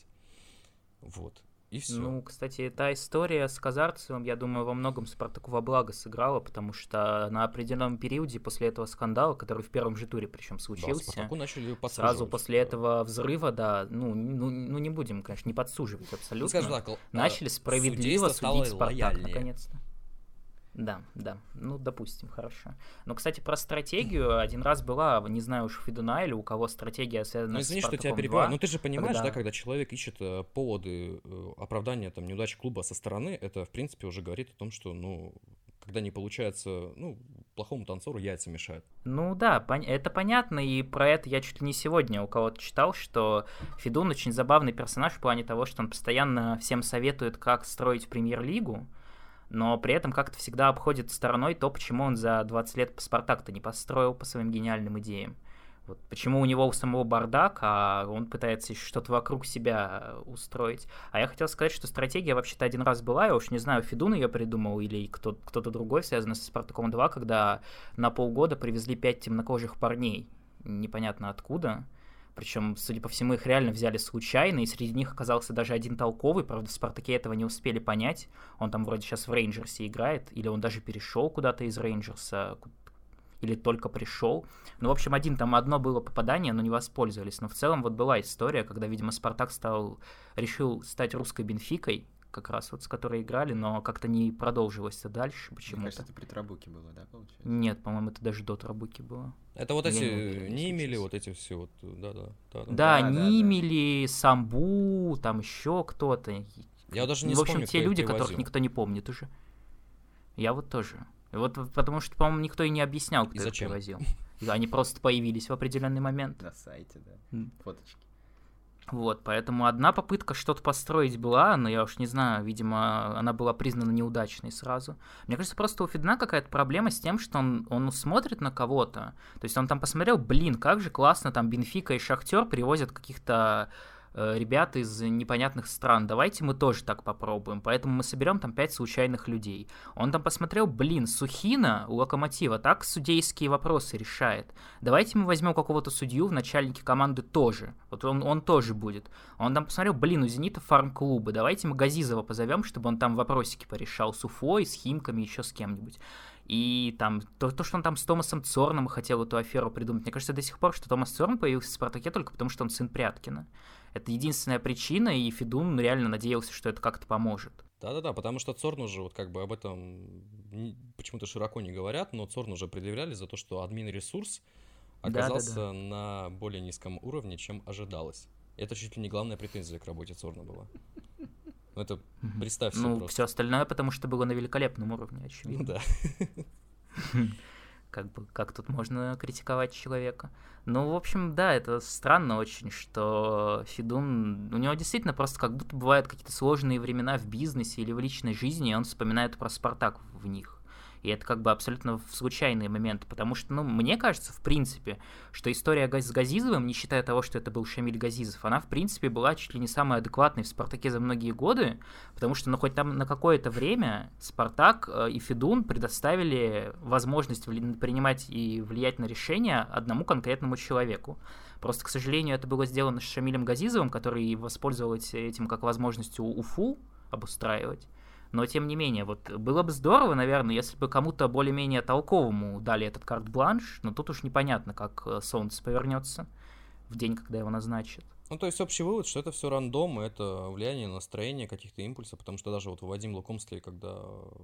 Вот. И все. Ну, кстати, та история с Казарцевым, я думаю, во многом Спартаку во благо сыграла, потому что на определенном периоде после этого скандала, который в первом же туре причем случился, Спартаку начали сразу после этого взрыва, да, ну не будем, конечно, не подсуживать абсолютно. Ну, скажем так, начали справедливо судить Спартак лояльнее. наконец-то. Да, ну, допустим, хорошо. Но, кстати, про стратегию один раз была, не знаю уж, у Федуна или у кого стратегия связана с Спартаком 2. Ну, извини, что тебя перебиваю, но ты же понимаешь, да, когда человек ищет поводы оправдания там неудачи клуба со стороны, это, в принципе, уже говорит о том, что, ну, когда не получается, ну, плохому танцору яйца мешают. Ну да, это понятно, и про это я чуть ли не сегодня у кого-то читал, что Федун очень забавный персонаж в плане того, что он постоянно всем советует, как строить премьер-лигу, но при этом как-то всегда обходит стороной то, почему он за 20 лет Спартак-то не построил по своим гениальным идеям. Вот почему у него у самого бардак, а он пытается что-то вокруг себя устроить. А я хотел сказать, что стратегия вообще-то один раз была, я уж не знаю, Федун ее придумал или кто-то другой, связанный со Спартаком 2, когда на полгода привезли 5 темнокожих парней, непонятно откуда. Причем, судя по всему, их реально взяли случайно, и среди них оказался даже один толковый, правда, в «Спартаке» этого не успели понять. Он там вроде сейчас в «Рейнджерсе» играет, или он даже перешел куда-то из «Рейнджерса», или только пришел. Ну, в общем, одно было попадание, но не воспользовались. Но в целом вот была история, когда, видимо, «Спартак» решил стать русской «Бенфикой», как раз вот с которой играли, но как-то не продолжилось это дальше почему-то. Мне кажется, это при Трабуке было, да, получается? Нет, по-моему, это даже до Трабуки было. Это вот эти Нимели, вот эти все вот, да, Нимели, Самбу, там еще кто-то. Я даже не вспомню, в общем, те люди, которых никто не помнит уже. Я вот тоже. Вот потому что, по-моему, никто и не объяснял, кто их привозил. Они просто появились в определенный момент. На сайте, да. Фоточки. Вот, поэтому одна попытка что-то построить была, но я уж не знаю, видимо, она была признана неудачной сразу. Мне кажется, просто у Федуна какая-то проблема с тем, что он смотрит на кого-то. То есть он там посмотрел, блин, как же классно, там Бенфика и Шахтер привозят каких-то ребят из непонятных стран, давайте мы тоже так попробуем, поэтому мы соберем там 5 случайных людей. Он там посмотрел, Сухина у Локомотива так судейские вопросы решает. Давайте мы возьмем какого-то судью в начальнике команды тоже, вот он тоже будет. Он там посмотрел, у Зенита фарм-клубы, давайте мы Газизова позовем, чтобы он там вопросики порешал с Уфой, с Химками, еще с кем-нибудь. И там то, что он там с Томасом Цорном хотел эту аферу придумать. Мне кажется, до сих пор, что Томас Цорн появился в «Спартаке» только потому, что он сын Пряткина. Это единственная причина, и Федун реально надеялся, что это как-то поможет. Да-да-да, потому что Цорн уже вот как бы об этом почему-то широко не говорят, но Цорн уже предъявляли за то, что админ-ресурс оказался на более низком уровне, чем ожидалось. Это чуть ли не главная претензия к работе Цорна была. Ну, это представь себе просто. Все остальное, потому что было на великолепном уровне, очевидно. Да. Как тут можно критиковать человека? В общем, да, это странно очень, что Федун... У него действительно просто как будто бывают какие-то сложные времена в бизнесе или в личной жизни, и он вспоминает про «Спартак» в них. И это абсолютно в случайные моменты, потому что, мне кажется, в принципе, что история с Газизовым, не считая того, что это был Шамиль Газизов, она, в принципе, была чуть ли не самой адекватной в «Спартаке» за многие годы, потому что, хоть там на какое-то время «Спартак» и Федун предоставили возможность принимать и влиять на решения одному конкретному человеку. Просто, к сожалению, это было сделано с Шамилем Газизовым, который воспользовался этим как возможностью Уфу обустраивать. Но, тем не менее, было бы здорово, наверное, если бы кому-то более-менее толковому дали этот карт-бланш, но тут уж непонятно, как солнце повернется в день, когда его назначат. То есть общий вывод, что это все рандом, это влияние на настроение каких-то импульсов, потому что даже Вадим Лукомский, когда...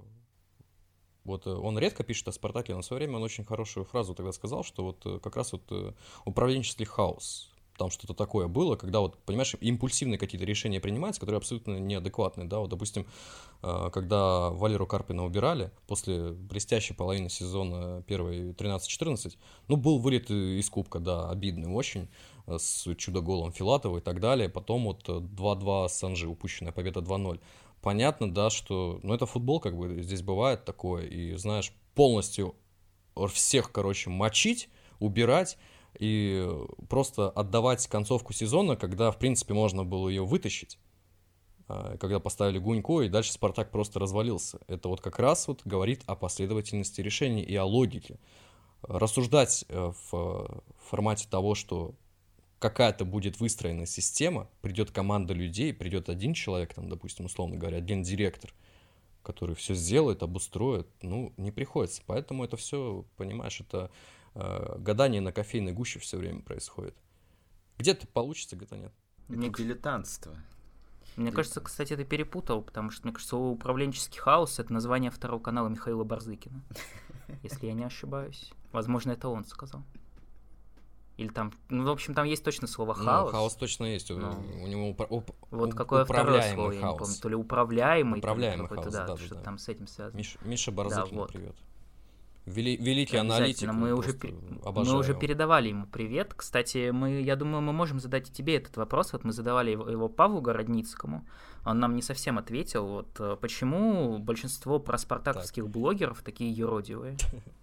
он редко пишет о «Спартаке», но в свое время он очень хорошую фразу тогда сказал, что как раз управленческий хаос. Там что-то такое было, когда, понимаешь, импульсивные какие-то решения принимаются, которые абсолютно неадекватные, да, допустим, когда Валеру Карпина убирали после блестящей половины сезона первой 13-14, был вылет из кубка, да, обидный очень, с чудо-голом Филатова и так далее, потом 2-2 с Анжи, упущенная победа 2-0. Понятно, да, что, это футбол, здесь бывает такое, и, знаешь, полностью всех, мочить, убирать, и просто отдавать концовку сезона, когда, в принципе, можно было ее вытащить, когда поставили Гунько, и дальше «Спартак» просто развалился. Это как раз говорит о последовательности решений и о логике. Рассуждать в формате того, что какая-то будет выстроена система, придет команда людей, придет один человек, там, допустим, условно говоря, гендиректор, который все сделает, обустроит, не приходится. Поэтому это все, понимаешь, это... гадание на кофейной гуще все время происходит. Где-то получится, где-то нет. Это дилетантство. Мне кажется, кстати, ты перепутал, потому что, мне кажется, управленческий хаос — это название второго канала Михаила Барзыкина, если я не ошибаюсь. Возможно, это он сказал. Или там, в общем, там есть точно слово хаос. Хаос точно есть. У него какое второе слово, хаос. Я не помню, то ли управляемый хаос, да, что-то там с этим связано. Миша Барзыкин, привет. Великий аналитик. Мы уже передавали ему привет. Кстати, я думаю, мы можем задать и тебе этот вопрос. Мы задавали его Павлу Городницкому. Он нам не совсем ответил. Почему большинство проспартаковских блогеров такие юродивые?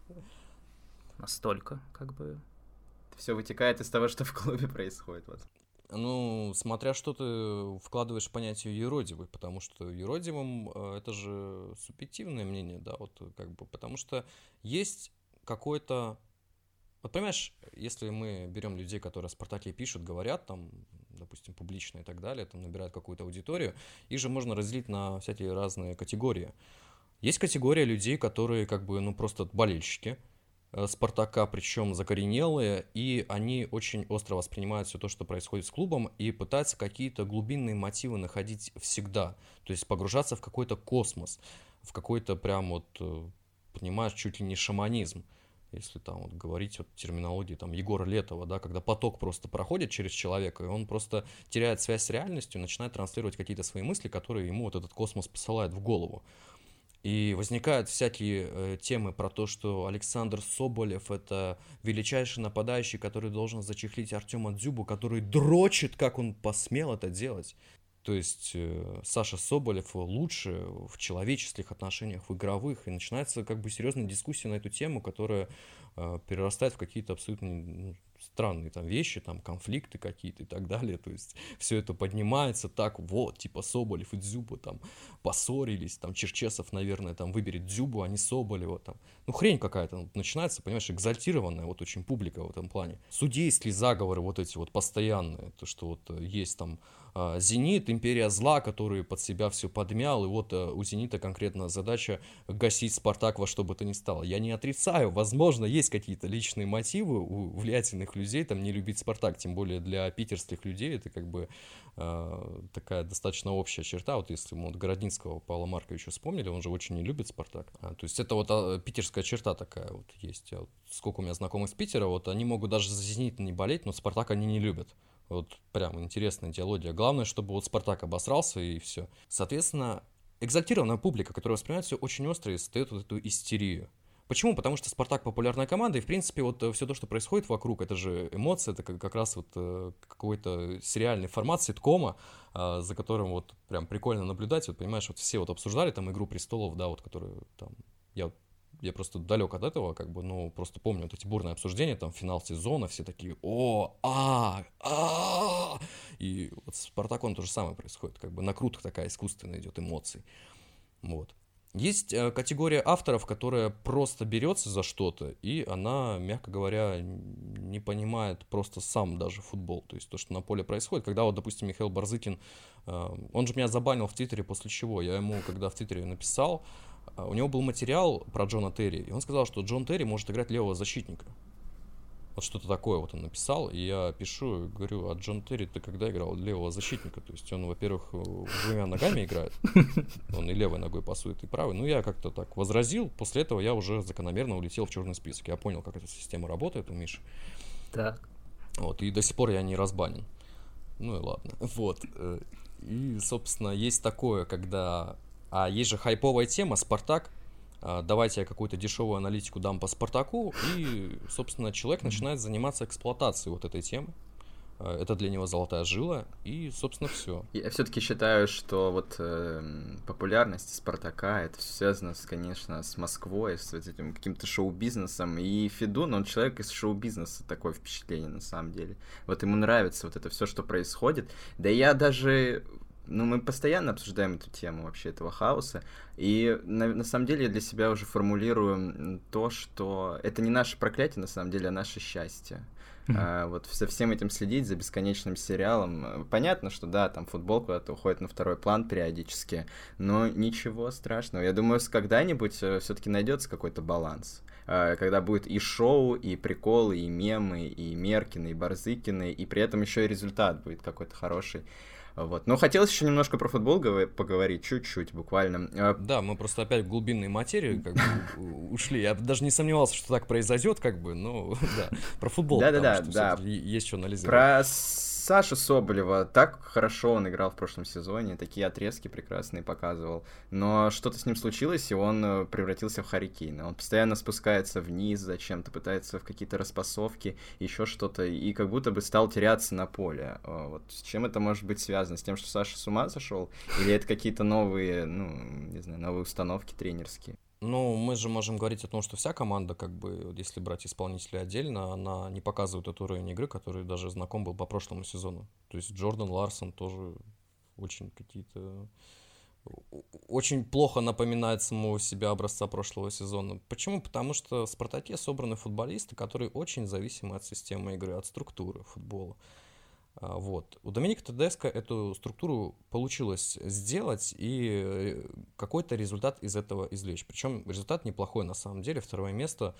Настолько, Все вытекает из того, что в клубе происходит. Смотря что ты вкладываешь в понятие юродивый, потому что юродивым это же субъективное мнение, да, потому что есть какой-то... понимаешь, если мы берем людей, которые о «Спартаке» пишут, говорят, там, допустим, публично и так далее, там, набирают какую-то аудиторию, их же можно разделить на всякие разные категории. Есть категория людей, которые, просто болельщики «Спартака», причем закоренелые, и они очень остро воспринимают все то, что происходит с клубом, и пытаются какие-то глубинные мотивы находить всегда, то есть погружаться в какой-то космос, в какой-то прям понимаешь, чуть ли не шаманизм, если там говорить терминологии там Егора Летова, да, когда поток просто проходит через человека, и он просто теряет связь с реальностью, начинает транслировать какие-то свои мысли, которые ему этот космос посылает в голову. И возникают всякие темы про то, что Александр Соболев — это величайший нападающий, который должен зачехлить Артема Дзюбу, который дрочит, как он посмел это делать. То есть Саша Соболев лучше в человеческих отношениях, в игровых, и начинается серьезная дискуссия на эту тему, которая перерастает в какие-то абсолютно странные там вещи, там конфликты какие-то и так далее, то есть все это поднимается так, вот, типа Соболев и Дзюба там поссорились, там Черчесов, наверное, там выберет Дзюбу, а не Соболева, там, ну хрень какая-то начинается, понимаешь, экзальтированная вот очень публика в этом плане. Судейские заговоры вот эти вот постоянные, то, что вот есть там «Зенит», «Империя зла», который под себя все подмял, и вот у «Зенита» конкретно задача гасить «Спартак» во что бы то ни стало. Я не отрицаю, возможно, есть какие-то личные мотивы у влиятельных людей там не любить «Спартак», тем более для питерских людей это как бы такая достаточно общая черта. Вот если мы вот Городницкого Павла Марковича вспомнили, он же очень не любит «Спартак». То есть это вот питерская черта такая вот есть. Вот сколько у меня знакомых из Питера, вот они могут даже за «Зенит» не болеть, но «Спартак» они не любят. Вот прям интересная идеология. Главное, чтобы вот «Спартак» обосрался и все. Соответственно, экзальтированная публика, которая воспринимает все очень остро и создает вот эту истерию. Почему? Потому что «Спартак» популярная команда, и, в принципе, вот все то, что происходит вокруг, это же эмоции, это как раз вот какой-то сериальный формат ситкома, за которым вот прям прикольно наблюдать. Вот, понимаешь, вот все вот обсуждали там «Игру престолов», да, вот, которую там... Я просто далек от этого, как бы, ну, просто помню вот эти бурные обсуждения, там, финал сезона, все такие, и вот с «Спартаком» то же самое происходит, как бы накрутка такая искусственная идет эмоций, вот. Есть категория авторов, которая просто берется за что-то, и она, мягко говоря, не понимает просто сам даже футбол, то есть то, что на поле происходит. Когда вот, допустим, Михаил Барзыкин, он же меня забанил в Твиттере, после чего я ему, когда в Твиттере написал, у него был материал про Джона Терри, и он сказал, что Джон Терри может играть левого защитника. Вот что-то такое вот он написал, и я пишу, говорю, а Джон Терри ты когда играл левого защитника? То есть он, во-первых, двумя ногами играет, он и левой ногой пасует, и правой. Ну, я как-то так возразил, после этого я уже закономерно улетел в черный список. Я понял, как эта система работает у Миши. Так. Вот, и до сих пор я не разбанен. Ну и ладно. Вот. И, собственно, есть такое, когда... А есть же хайповая тема «Спартак». Давайте я какую-то дешевую аналитику дам по «Спартаку», и, собственно, человек начинает заниматься эксплуатацией вот этой темы. Это для него золотая жила, и, собственно, все. Я все-таки считаю, что вот популярность «Спартака» это все связано, конечно, с Москвой, с вот этим каким-то шоу-бизнесом. И Федун, он человек из шоу-бизнеса, такое впечатление на самом деле. Вот ему нравится вот это все, что происходит. Да я даже... Ну, мы постоянно обсуждаем эту тему вообще этого хаоса, и на самом деле я для себя уже формулирую то, что это не наше проклятие, на самом деле, а наше счастье. Вот со всем этим следить, за бесконечным сериалом. Понятно, что да, там футбол куда-то уходит на второй план периодически, но ничего страшного. Я думаю, когда-нибудь все-таки найдется какой-то баланс. Когда будет и шоу, и приколы, и мемы, и Меркины, и Барзыкины, и при этом еще и результат будет какой-то хороший. Вот. Но хотелось еще немножко про футбол поговорить, чуть-чуть буквально. Да, мы просто опять в глубинные материи как бы ушли. Я даже не сомневался, что так произойдет, как бы, но да, про футбол, да. Есть что анализировать. Про Сашу Соболева. Так хорошо он играл в прошлом сезоне, такие отрезки прекрасные показывал. Но что-то с ним случилось, и он превратился в Харри Кейна. Он постоянно спускается вниз зачем-то, пытается в какие-то распасовки, еще что-то, и как будто бы стал теряться на поле. Вот с чем это может быть связано? С тем, что Саша с ума сошел? Или это какие-то новые, не знаю, новые установки тренерские? Ну, мы же можем говорить о том, что вся команда, как бы, если брать исполнителей отдельно, она не показывает тот уровень игры, который даже знаком был по прошлому сезону. То есть Джордан Ларсон тоже очень какие-то... Очень плохо напоминает самого себя образца прошлого сезона. Почему? Потому что в «Спартаке» собраны футболисты, которые очень зависимы от системы игры, от структуры футбола. Вот. У Доминика Тедеско эту структуру получилось сделать и какой-то результат из этого извлечь. Причем результат неплохой на самом деле. Второе место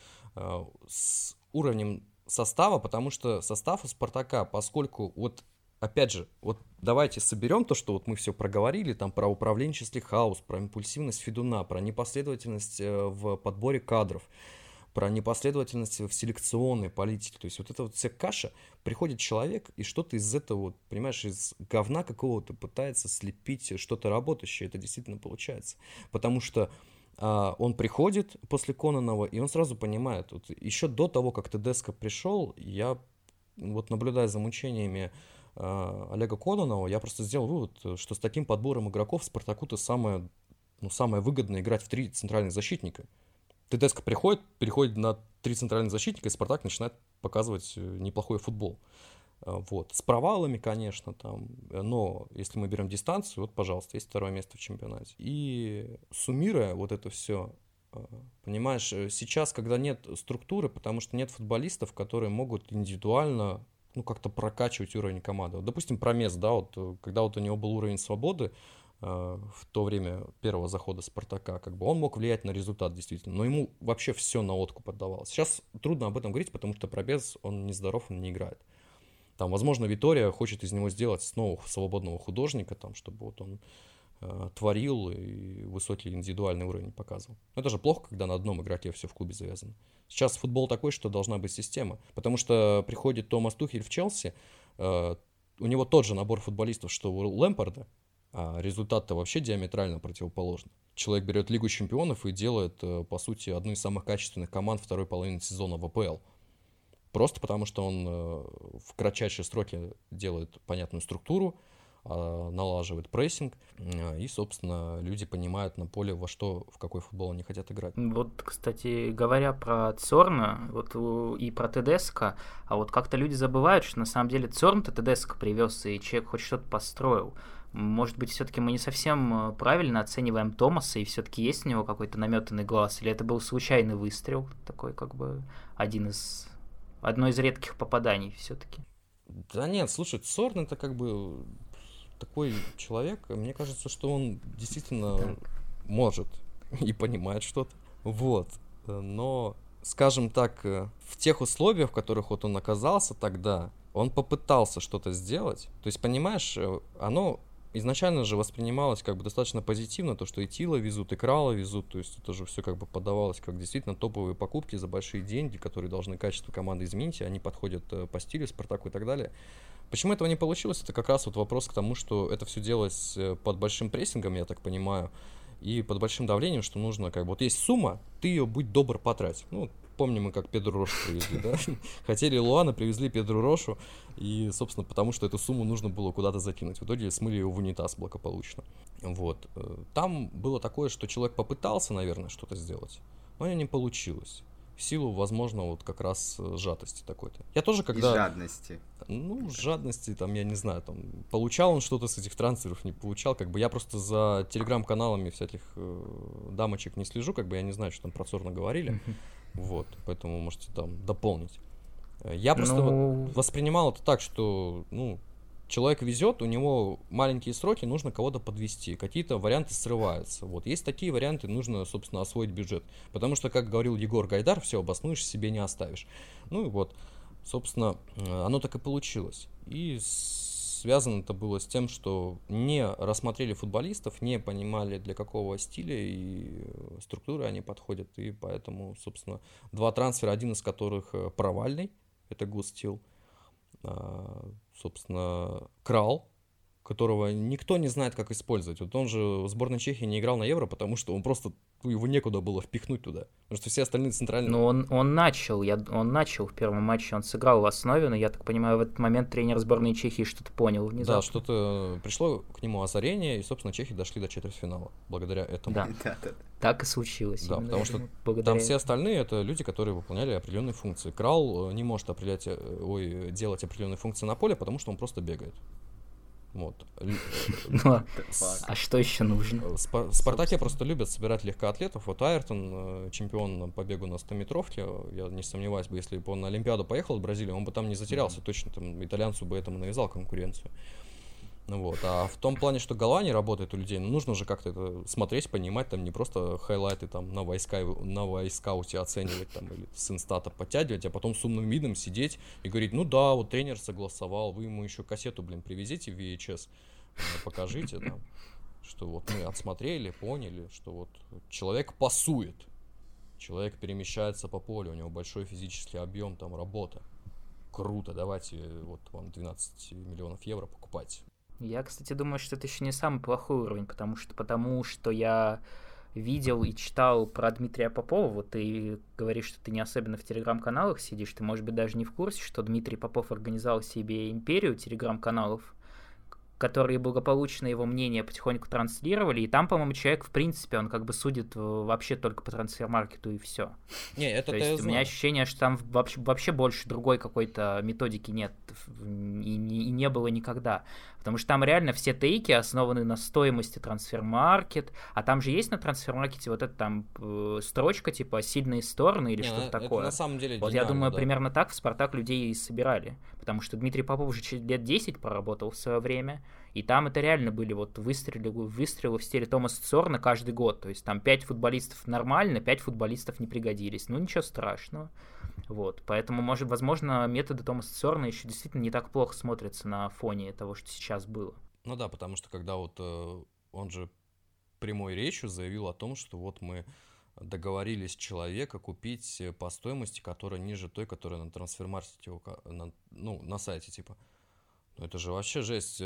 с уровнем состава, потому что состав у «Спартака», поскольку вот опять же, вот давайте соберем то, что вот мы все проговорили, там про управленческий хаос, про импульсивность Федуна, про непоследовательность в подборе кадров, про непоследовательность в селекционной политике. То есть вот эта вот вся каша, приходит человек и что-то из этого, вот, понимаешь, из говна какого-то пытается слепить что-то работающее. Это действительно получается. Потому что он приходит после Кононова, и он сразу понимает, вот, еще до того, как Тедеско пришел, я вот наблюдая за мучениями Олега Кононова, я просто сделал вывод, что с таким подбором игроков Спартаку-то самое выгодно играть в 3 центральных защитника. ТДСК переходит на 3 центральных защитника, и Спартак начинает показывать неплохой футбол. Вот. С провалами, конечно, там, но если мы берем дистанцию, вот, пожалуйста, есть 2 место в чемпионате. И суммируя вот это все, понимаешь, сейчас, когда нет структуры, потому что нет футболистов, которые могут индивидуально, ну, как-то прокачивать уровень команды. Вот, допустим, Промес, да, вот, когда вот у него был уровень свободы, в то время первого захода Спартака, как бы он мог влиять на результат действительно, но ему вообще все на откуп отдавалось. Сейчас трудно об этом говорить, потому что Промес, он нездоров, он не играет. Там, возможно, Витория хочет из него сделать снова свободного художника, там, чтобы вот он творил и высокий индивидуальный уровень показывал. Но это же плохо, когда на одном игроке все в клубе завязано. Сейчас футбол такой, что должна быть система. Потому что приходит Томас Тухель в Челси, у него тот же набор футболистов, что у Лэмпарда, а результат-то вообще диаметрально противоположный. Человек берет Лигу чемпионов и делает, по сути, одну из самых качественных команд второй половины сезона в АПЛ. Просто потому, что он в кратчайшие сроки делает понятную структуру, налаживает прессинг, и, собственно, люди понимают на поле, во что, в какой футбол они хотят играть. Вот, кстати, говоря про Цорна вот, и про Тедеско, а вот как-то люди забывают, что на самом деле Цорн-то Тедеско привез, и человек хоть что-то построил. Может быть, все-таки мы не совсем правильно оцениваем Томаса, и все-таки есть у него какой-то наметанный глаз, или это был случайный выстрел, такой как бы одно из редких попаданий все-таки? Да нет, слушай, Цорн это как бы такой человек, мне кажется, что он действительно может и понимает что-то. Вот. Но, скажем так, в тех условиях, в которых вот он оказался тогда, он попытался что-то сделать. То есть, понимаешь, оно изначально же воспринималось как бы достаточно позитивно, то, что и Тила везут, и Крала везут, то есть это же все как бы подавалось как действительно топовые покупки за большие деньги, которые должны качество команды изменить, и они подходят по стилю Спартаку и так далее. Почему этого не получилось? Это как раз вот вопрос к тому, что это все делалось под большим прессингом, я так понимаю, и под большим давлением, что нужно как бы... Вот есть сумма, ты ее, будь добр, потрать. Ну, помним мы, как Педру Рошу привезли, да? Хотели Луана, привезли Педру Рошу, и, собственно, потому что эту сумму нужно было куда-то закинуть. В итоге смыли ее в унитаз благополучно. Вот. Там было такое, что человек попытался, наверное, что-то сделать, но не получилось. В силу, возможно, вот как раз сжатости такой-то. Я тоже когда... И жадности. Ну, жадности, там, я не знаю, там, получал он что-то с этих трансферов, не получал, как бы, я просто за телеграм-каналами всяких дамочек не слежу, как бы, я не знаю, что там про Цорна говорили, вот, поэтому можете там дополнить. Я просто воспринимал это так, что, ну, человек везет, у него маленькие сроки, нужно кого-то подвести, какие-то варианты срываются. Вот. Есть такие варианты, нужно, собственно, освоить бюджет. Потому что, как говорил Егор Гайдар, все обоснуешь, себе не оставишь. Ну и вот, собственно, оно так и получилось. И связано это было с тем, что не рассмотрели футболистов, не понимали, для какого стиля и структуры они подходят. И поэтому, собственно, 2 трансфера, один из которых провальный, это Густил. Собственно, Крал, которого никто не знает, как использовать. Вот он же в сборной Чехии не играл на Евро, потому что он просто, его некуда было впихнуть туда. Потому что все остальные центральные... Ну, он начал в первом матче, он сыграл в основе, но я так понимаю, в этот момент тренер сборной Чехии что-то понял внезапно. Да, что-то пришло к нему озарение, и, собственно, чехи дошли до четвертьфинала благодаря этому. Да, так и случилось. Да, потому что там все остальные это люди, которые выполняли определенные функции. Крал не может делать определенные функции на поле, потому что он просто бегает. Вот. А что еще нужно? В Спартаке просто любят собирать легкоатлетов. Вот Айртон, чемпион по бегу на 100-метровке, я не сомневаюсь, если бы он на Олимпиаду поехал в Бразилию, он бы там не затерялся, точно там итальянцу бы этому навязал конкуренцию. Вот. А в том плане, что голова не работает у людей, нужно же как-то это смотреть, понимать, там не просто хайлайты там на вайскауте оценивать там, или с инстата подтягивать, а потом с умным видом сидеть и говорить, ну да, вот тренер согласовал, вы ему еще кассету, привезите в VHS, покажите там, что вот мы отсмотрели, поняли, что вот человек пасует, человек перемещается по полю, у него большой физический объем, там работа. Круто, давайте вот вам 12 миллионов евро покупать. Я, кстати, думаю, что это еще не самый плохой уровень, потому что я видел и читал про Дмитрия Попова. Вот ты говоришь, что ты не особенно в телеграм-каналах сидишь, ты, может быть, даже не в курсе, что Дмитрий Попов организовал себе империю телеграм-каналов, которые благополучно его мнение потихоньку транслировали, и там, по-моему, человек, в принципе, он как бы судит вообще только по трансфер-маркету и все. Не, это То я есть у меня знаю. ощущение, что там вообще больше другой какой-то методики нет, и не было никогда. Потому что там реально все тейки основаны на стоимости трансфер-маркет, а там же есть на трансфер-маркете вот эта там строчка типа «сильные стороны» или Не, что-то это такое. на самом деле Вот я гениально, думаю, да. примерно так в «Спартак» людей и собирали. Потому что Дмитрий Попов уже лет 10 проработал в свое время, и там это реально были вот выстрелы в стиле Томаса Цорна каждый год. То есть там 5 футболистов нормально, 5 футболистов не пригодились. Ну, ничего страшного. Вот. Поэтому, возможно, методы Томаса Цорна еще действительно не так плохо смотрятся на фоне того, что сейчас было. Ну да, потому что когда вот он же прямой речью заявил о том, что вот мы договорились человека купить по стоимости, которая ниже той, которая на трансфер-маркете, на сайте, типа. Ну это же вообще жесть.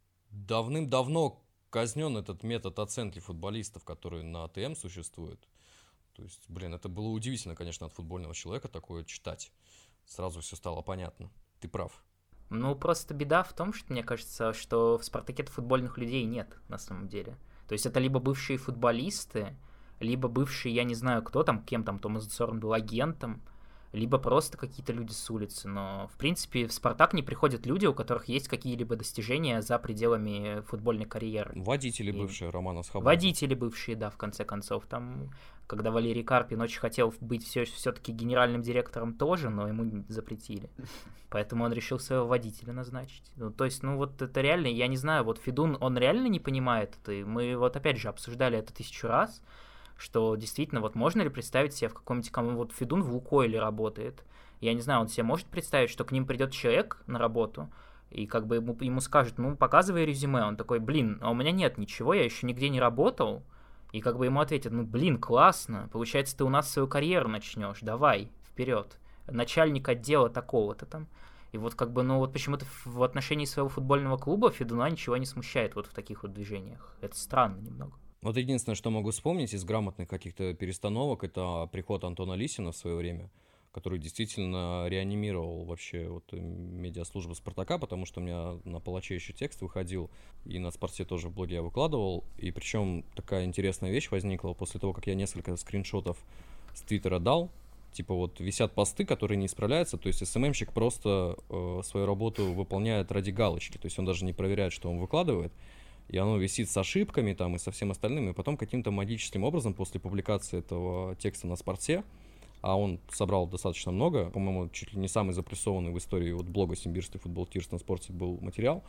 Давным-давно казнен этот метод оценки футболистов, который на АТМ существует. То есть, блин, это было удивительно, конечно, от футбольного человека такое читать. Сразу все стало понятно. Ты прав. Ну, просто беда в том, что, мне кажется, что в «Спартаке» футбольных людей нет, на самом деле. То есть это либо бывшие футболисты, либо бывшие, я не знаю кто там, кем там Томас Цорн был агентом, либо просто какие-то люди с улицы. Но, в принципе, в «Спартак» не приходят люди, у которых есть какие-либо достижения за пределами футбольной карьеры. Водители бывшие Романа Схабадзе. Водители бывшие, да, в конце концов. Там, когда Валерий Карпин очень хотел быть все-таки генеральным директором тоже, но ему запретили. Поэтому он решил своего водителя назначить. Ну, то есть, ну вот это реально, я не знаю, вот Федун, он реально не понимает это. И мы вот опять же обсуждали это 1000 раз, что действительно, вот можно ли представить себе в каком-нибудь... Вот Федун в Лукойле работает. Я не знаю, он себе может представить, что к ним придет человек на работу, и как бы ему скажут, ну, показывай резюме. Он такой, блин, а у меня нет ничего, я еще нигде не работал. И как бы ему ответят, ну, блин, классно, получается, ты у нас свою карьеру начнешь, давай, вперед. Начальник отдела такого-то там. И вот как бы, ну, вот почему-то в отношении своего футбольного клуба Федуна ничего не смущает вот в таких вот движениях. Это странно немного. Вот единственное, что могу вспомнить из грамотных каких-то перестановок, это приход Антона Лисина в свое время, который действительно реанимировал вообще вот медиаслужбу «Спартака», потому что у меня на Палаче еще текст выходил, и на «Спорте» тоже в блоге я выкладывал. И причем такая интересная вещь возникла после того, как я несколько скриншотов с Твиттера дал. Типа вот висят посты, которые не исправляются, то есть СММщик просто свою работу выполняет ради галочки, то есть он даже не проверяет, что он выкладывает, и оно висит с ошибками там и со всем остальным, и потом каким-то магическим образом после публикации этого текста на «Спорте», а он собрал достаточно много, по-моему, чуть ли не самый запрессованный в истории вот блога «Симбирский футбол Тирс» на «Спорте» был материал,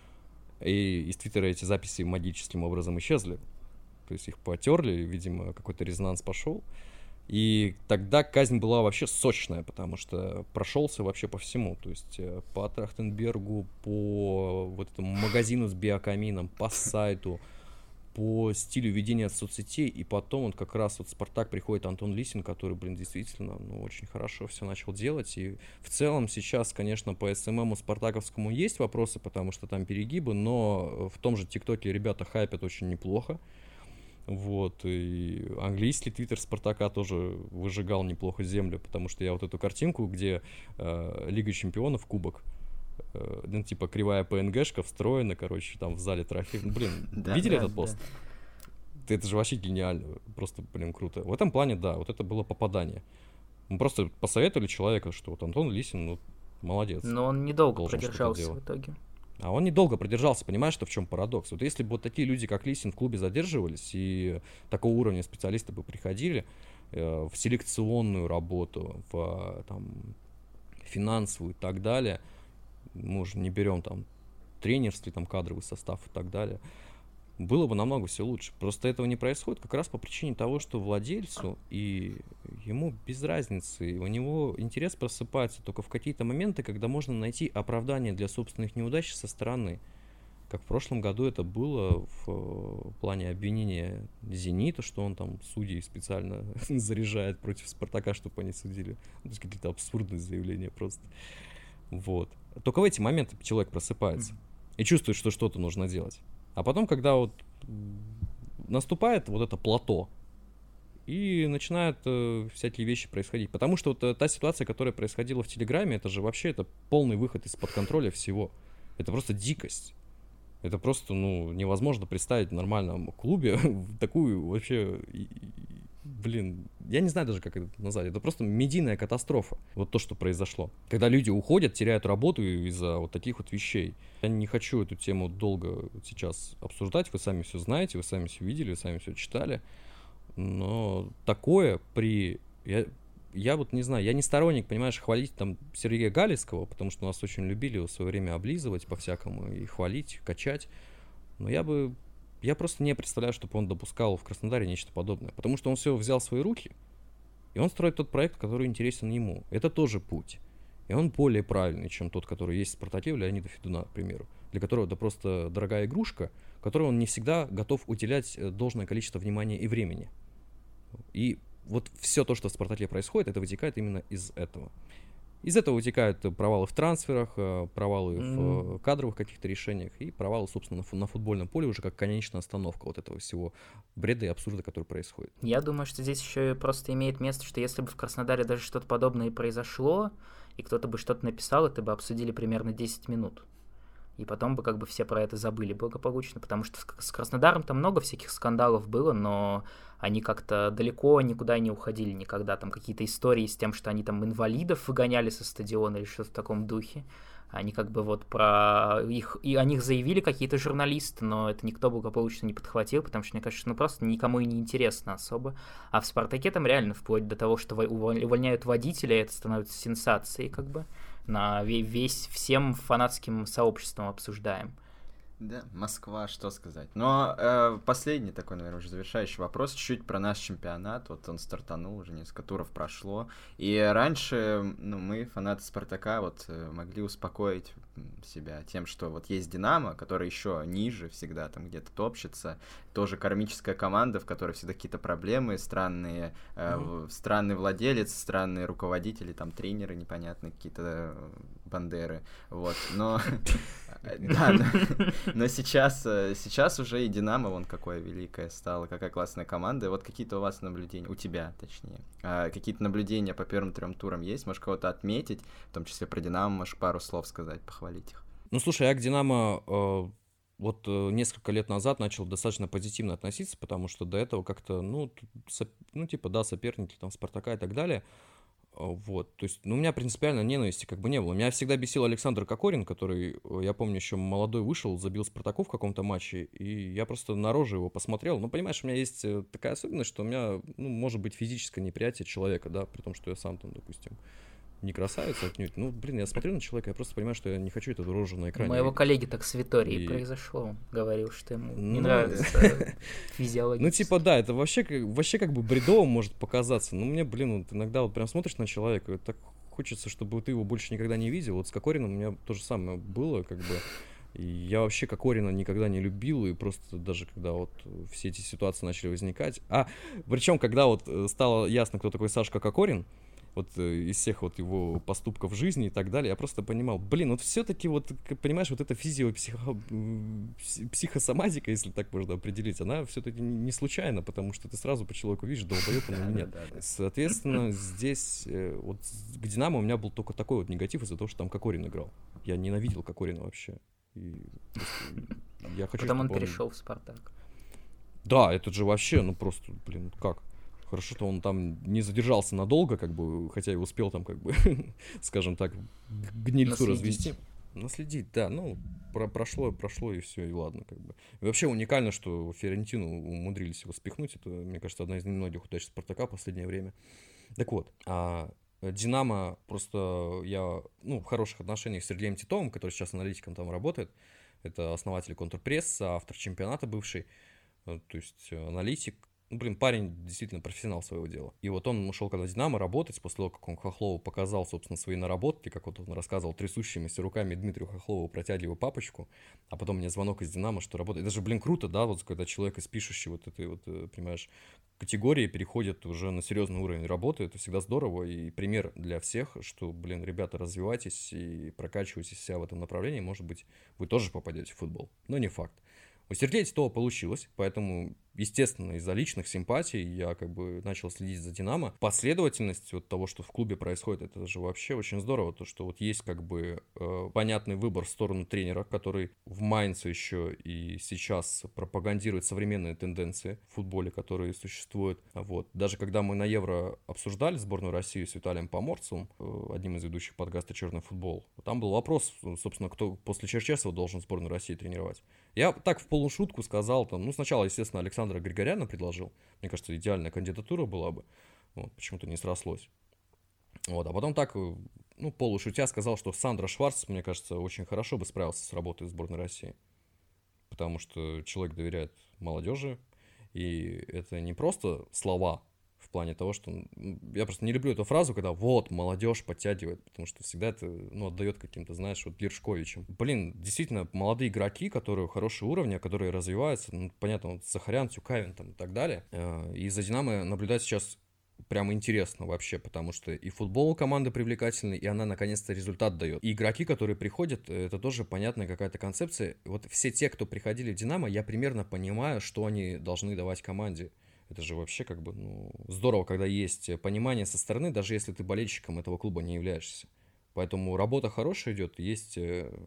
и из Твиттера эти записи магическим образом исчезли, то есть их потерли, видимо, какой-то резонанс пошел. И тогда казнь была вообще сочная, потому что прошелся вообще по всему. То есть по Трахтенбергу, по вот этому магазину с биокамином, по сайту, по стилю ведения соцсетей. И потом вот как раз вот «Спартак» приходит Антон Лисин, который, блин, действительно, ну, очень хорошо все начал делать. И в целом сейчас, конечно, по СММу спартаковскому есть вопросы, потому что там перегибы, но в том же ТикТоке ребята хайпят очень неплохо. Вот, и английский твиттер Спартака тоже выжигал неплохо землю, потому что я вот эту картинку, где Лига Чемпионов, кубок, ну, типа кривая ПНГшка встроена, короче, там в зале трофей. Блин, видели этот пост? Это же вообще гениально, просто, блин, круто. В этом плане, да, вот это было попадание. Мы просто посоветовали человеку, что вот Антон Лисин, ну, молодец. Но он недолго продержался в итоге. А он недолго продержался, понимаешь, что в чем парадокс? Вот если бы вот такие люди, как Лисин, в клубе задерживались, и такого уровня специалисты бы приходили в селекционную работу, в там, финансовую и так далее, мы уже не берем там тренерский, там, кадровый состав и так далее, было бы намного все лучше. Просто этого не происходит как раз по причине того, что владельцу и ему без разницы, и у него интерес просыпается только в какие-то моменты, когда можно найти оправдание для собственных неудач со стороны. Как в прошлом году это было в плане обвинения «Зенита», что он там судей специально заряжает против «Спартака», чтобы они судили. То есть какие-то абсурдные заявления просто. Вот. Только в эти моменты человек просыпается и чувствует, что что-то нужно делать. А потом, когда вот наступает вот это плато, и начинают всякие вещи происходить. Потому что вот та ситуация, которая происходила в Телеграме, это же вообще это полный выход из-под контроля всего. Это просто дикость. Это просто, ну, невозможно представить в нормальном клубе такую вообще, блин, я не знаю даже, как это назвать. Это просто медийная катастрофа. Вот то, что произошло. Когда люди уходят, теряют работу из-за вот таких вот вещей. Я не хочу эту тему долго сейчас обсуждать. Вы сами все знаете, вы сами все видели, вы сами все читали. Но такое при... Я вот не знаю, я не сторонник, понимаешь, хвалить там Сергея Галицкого, потому что нас очень любили в свое время облизывать по-всякому и хвалить, качать. Но я просто не представляю, чтобы он допускал в Краснодаре нечто подобное. Потому что он все взял в свои руки, и он строит тот проект, который интересен ему. Это тоже путь. И он более правильный, чем тот, который есть в «Спартаке» у Леонида Федуна, к примеру. Для которого это просто дорогая игрушка, которой он не всегда готов уделять должное количество внимания и времени. И вот все то, что в «Спартаке» происходит, это вытекает именно из этого. Из этого вытекают провалы в трансферах, провалы в кадровых каких-то решениях и провалы, собственно, на футбольном поле уже как конечная остановка вот этого всего бреда и абсурда, который происходит. Я думаю, что здесь еще просто имеет место, что если бы в Краснодаре даже что-то подобное произошло, и кто-то бы что-то написал, это бы обсудили примерно 10 минут. И потом бы как бы все про это забыли благополучно, потому что с Краснодаром там много всяких скандалов было, но они как-то далеко никуда не уходили никогда. Там какие-то истории с тем, что они там инвалидов выгоняли со стадиона или что-то в таком духе. Они как бы вот про их... И о них заявили какие-то журналисты, но это никто благополучно не подхватил, потому что, мне кажется, ну просто никому и не интересно особо. А в «Спартаке» там реально вплоть до того, что увольняют водителя, это становится сенсацией как бы. На всем фанатским сообществом обсуждаем. Да, Москва, что сказать. Но последний такой, наверное, уже завершающий вопрос, чуть-чуть про наш чемпионат. Вот он стартанул, уже несколько туров прошло. И раньше, ну, мы, фанаты «Спартака», вот могли успокоить себя тем, что вот есть «Динамо», который еще ниже всегда там где-то топчется. Тоже кармическая команда, в которой всегда какие-то проблемы, странный владелец, странные руководители, там тренеры непонятные, какие-то бандеры. Вот, но... Да, но сейчас уже и «Динамо» вон какое великое стало, какая классная команда. И вот какие-то у вас наблюдения, у тебя точнее, какие-то наблюдения по первым 3 турам есть? Можешь кого-то отметить, в том числе про «Динамо», можешь пару слов сказать, похвалить их? Ну, слушай, я к «Динамо» несколько лет назад начал достаточно позитивно относиться, потому что до этого как-то, соперники там «Спартака» и так далее. Вот, то есть, у меня принципиально ненависти как бы не было. Меня всегда бесил Александр Кокорин, который, я помню, еще молодой вышел, забил «Спартаку» в каком-то матче, и я просто на рожу его посмотрел. Ну, понимаешь, у меня есть такая особенность, что у меня, может быть, физическое неприятие человека, да, при том, что я сам там, допустим, не красавец отнюдь. Ну, блин, я смотрю на человека, я просто понимаю, что я не хочу эту рожу на экране. У моего коллеги так с Виторией произошло. Говорил, что ему не нравится физиология. Ну, типа, да, это вообще как бы бредово может показаться. Но мне, блин, вот иногда вот прям смотришь на человека, и так хочется, чтобы ты его больше никогда не видел. Вот с Кокорином у меня то же самое было, как бы. И я вообще Кокорина никогда не любил, и просто даже когда вот все эти ситуации начали возникать. Причем, когда вот стало ясно, кто такой Сашка Кокорин, вот из всех вот его поступков в жизни и так далее, я просто понимал, блин, вот все-таки вот, понимаешь, вот эта психосоматика, если так можно определить, она все-таки не случайна, потому что ты сразу по человеку видишь, долбоёб он или нет. Соответственно, здесь вот к «Динамо» у меня был только такой вот негатив из-за того, что там Кокорин играл. Я ненавидел Кокорина вообще. Потом он перешел в «Спартак». Да, это же вообще, просто, блин, как? Хорошо, что он там не задержался надолго, как бы, хотя и успел там, как бы, скажем так, гнильцу развести. Наследить, да, прошло и все, и ладно, как бы. И вообще уникально, что Фиорентину умудрились его спихнуть, это, мне кажется, одна из немногих удач «Спартака» в последнее время. Так вот, «Динамо», просто я, в хороших отношениях с Сергеем Титовым, который сейчас аналитиком там работает, это основатель «Контрпресса», автор чемпионата бывший, то есть аналитик. Парень действительно профессионал своего дела. И вот он ушел когда в «Динамо» работать, после того, как он Хохлову показал, собственно, свои наработки, как вот он рассказывал трясущимися руками Дмитрию Хохлову, протягивая папочку, а потом мне звонок из «Динамо», что работает. Это же, круто, да, вот когда человек из пишущей вот этой вот, понимаешь, категории переходит уже на серьезный уровень работы, это всегда здорово, и пример для всех, что, ребята, развивайтесь и прокачивайтесь себя в этом направлении, может быть, вы тоже попадете в футбол, но не факт. У Сергея Титова получилось, поэтому естественно, из-за личных симпатий я как бы начал следить за «Динамо». Последовательность вот того, что в клубе происходит, это же вообще очень здорово, то, что вот есть как бы понятный выбор в сторону тренера, который в Майнце еще и сейчас пропагандирует современные тенденции в футболе, которые существуют. Вот. Даже когда мы на Евро обсуждали сборную России с Виталием Поморцевым, одним из ведущих подкаста «Черный футбол», там был вопрос, собственно, кто после Черчесова должен сборную России тренировать. Я так в полушутку сказал, там, ну, сначала, естественно, Александра Григоряна предложил. Мне кажется, идеальная кандидатура была бы. Вот, почему-то не срослось. Вот, а потом так, ну, полушутя сказал, что Сандро Шварц, мне кажется, очень хорошо бы справился с работой в сборной России. Потому что человек доверяет молодежи, и это не просто слова в плане того, что... Я просто не люблю эту фразу, когда вот, молодежь подтягивает, потому что всегда это, ну, отдает каким-то, знаешь, вот Лершковичем. Блин, действительно, молодые игроки, которые хорошего уровня, которые развиваются, ну, понятно, вот Сахарян, Тюкавин там и так далее. И за «Динамо» наблюдать сейчас прямо интересно вообще, потому что и футбол у команды привлекательный, и она наконец-то результат дает. И игроки, которые приходят, это тоже понятная какая-то концепция. Вот все те, кто приходили в «Динамо», я примерно понимаю, что они должны давать команде. Это же вообще как бы, ну, здорово, когда есть понимание со стороны, даже если ты болельщиком этого клуба не являешься. Поэтому работа хорошая идет, есть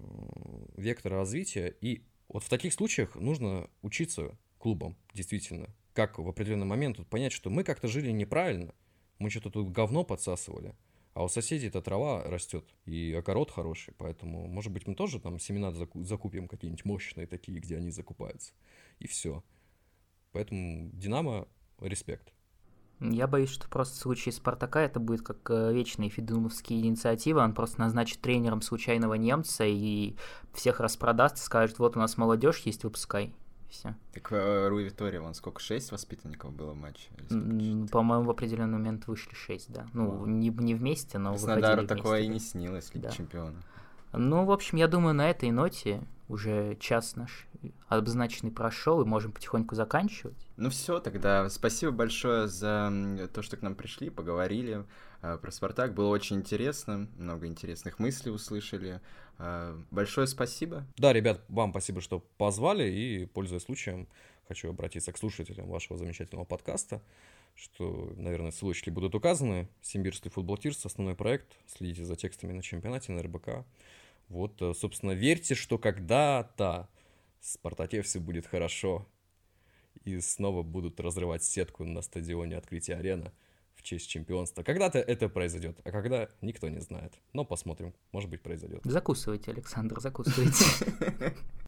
вектор развития, и вот в таких случаях нужно учиться клубам, действительно. Как в определенный момент тут понять, что мы как-то жили неправильно, мы что-то тут говно подсасывали, а у соседей эта трава растет, и огород хороший, поэтому, может быть, мы тоже там семена закупим какие-нибудь мощные такие, где они закупаются, и все. Поэтому «Динамо» респект. Я боюсь, что просто в случае «Спартака» это будет как вечные фидуновские инициативы. Он просто назначит тренером случайного немца и всех распродаст, скажет, вот у нас молодежь есть, выпускай. Все. Так Руи Витория, вон сколько, 6 воспитанников было в матче? По-моему, в определенный момент вышли 6, да. Ну, не вместе, но Краснодару выходили вместе. Такое и не снилось, Лига Чемпионов. Ну, в общем, я думаю, на этой ноте уже час наш обозначенный прошел, и можем потихоньку заканчивать. Ну все, тогда спасибо большое за то, что к нам пришли, поговорили про «Спартак». Было очень интересно, много интересных мыслей услышали. Большое спасибо. Да, ребят, вам спасибо, что позвали, и, пользуясь случаем, хочу обратиться к слушателям вашего замечательного подкаста, что, наверное, ссылочки будут указаны. Симбирский футбол Тирс, основной проект. Следите за текстами на чемпионате, на РБК. Вот, собственно, верьте, что когда-то в «Спартаке» все будет хорошо, и снова будут разрывать сетку на стадионе открытия арены в честь чемпионства. Когда-то это произойдет, а когда — никто не знает. Но посмотрим, может быть, произойдет. Закусывайте, Александр, закусывайте.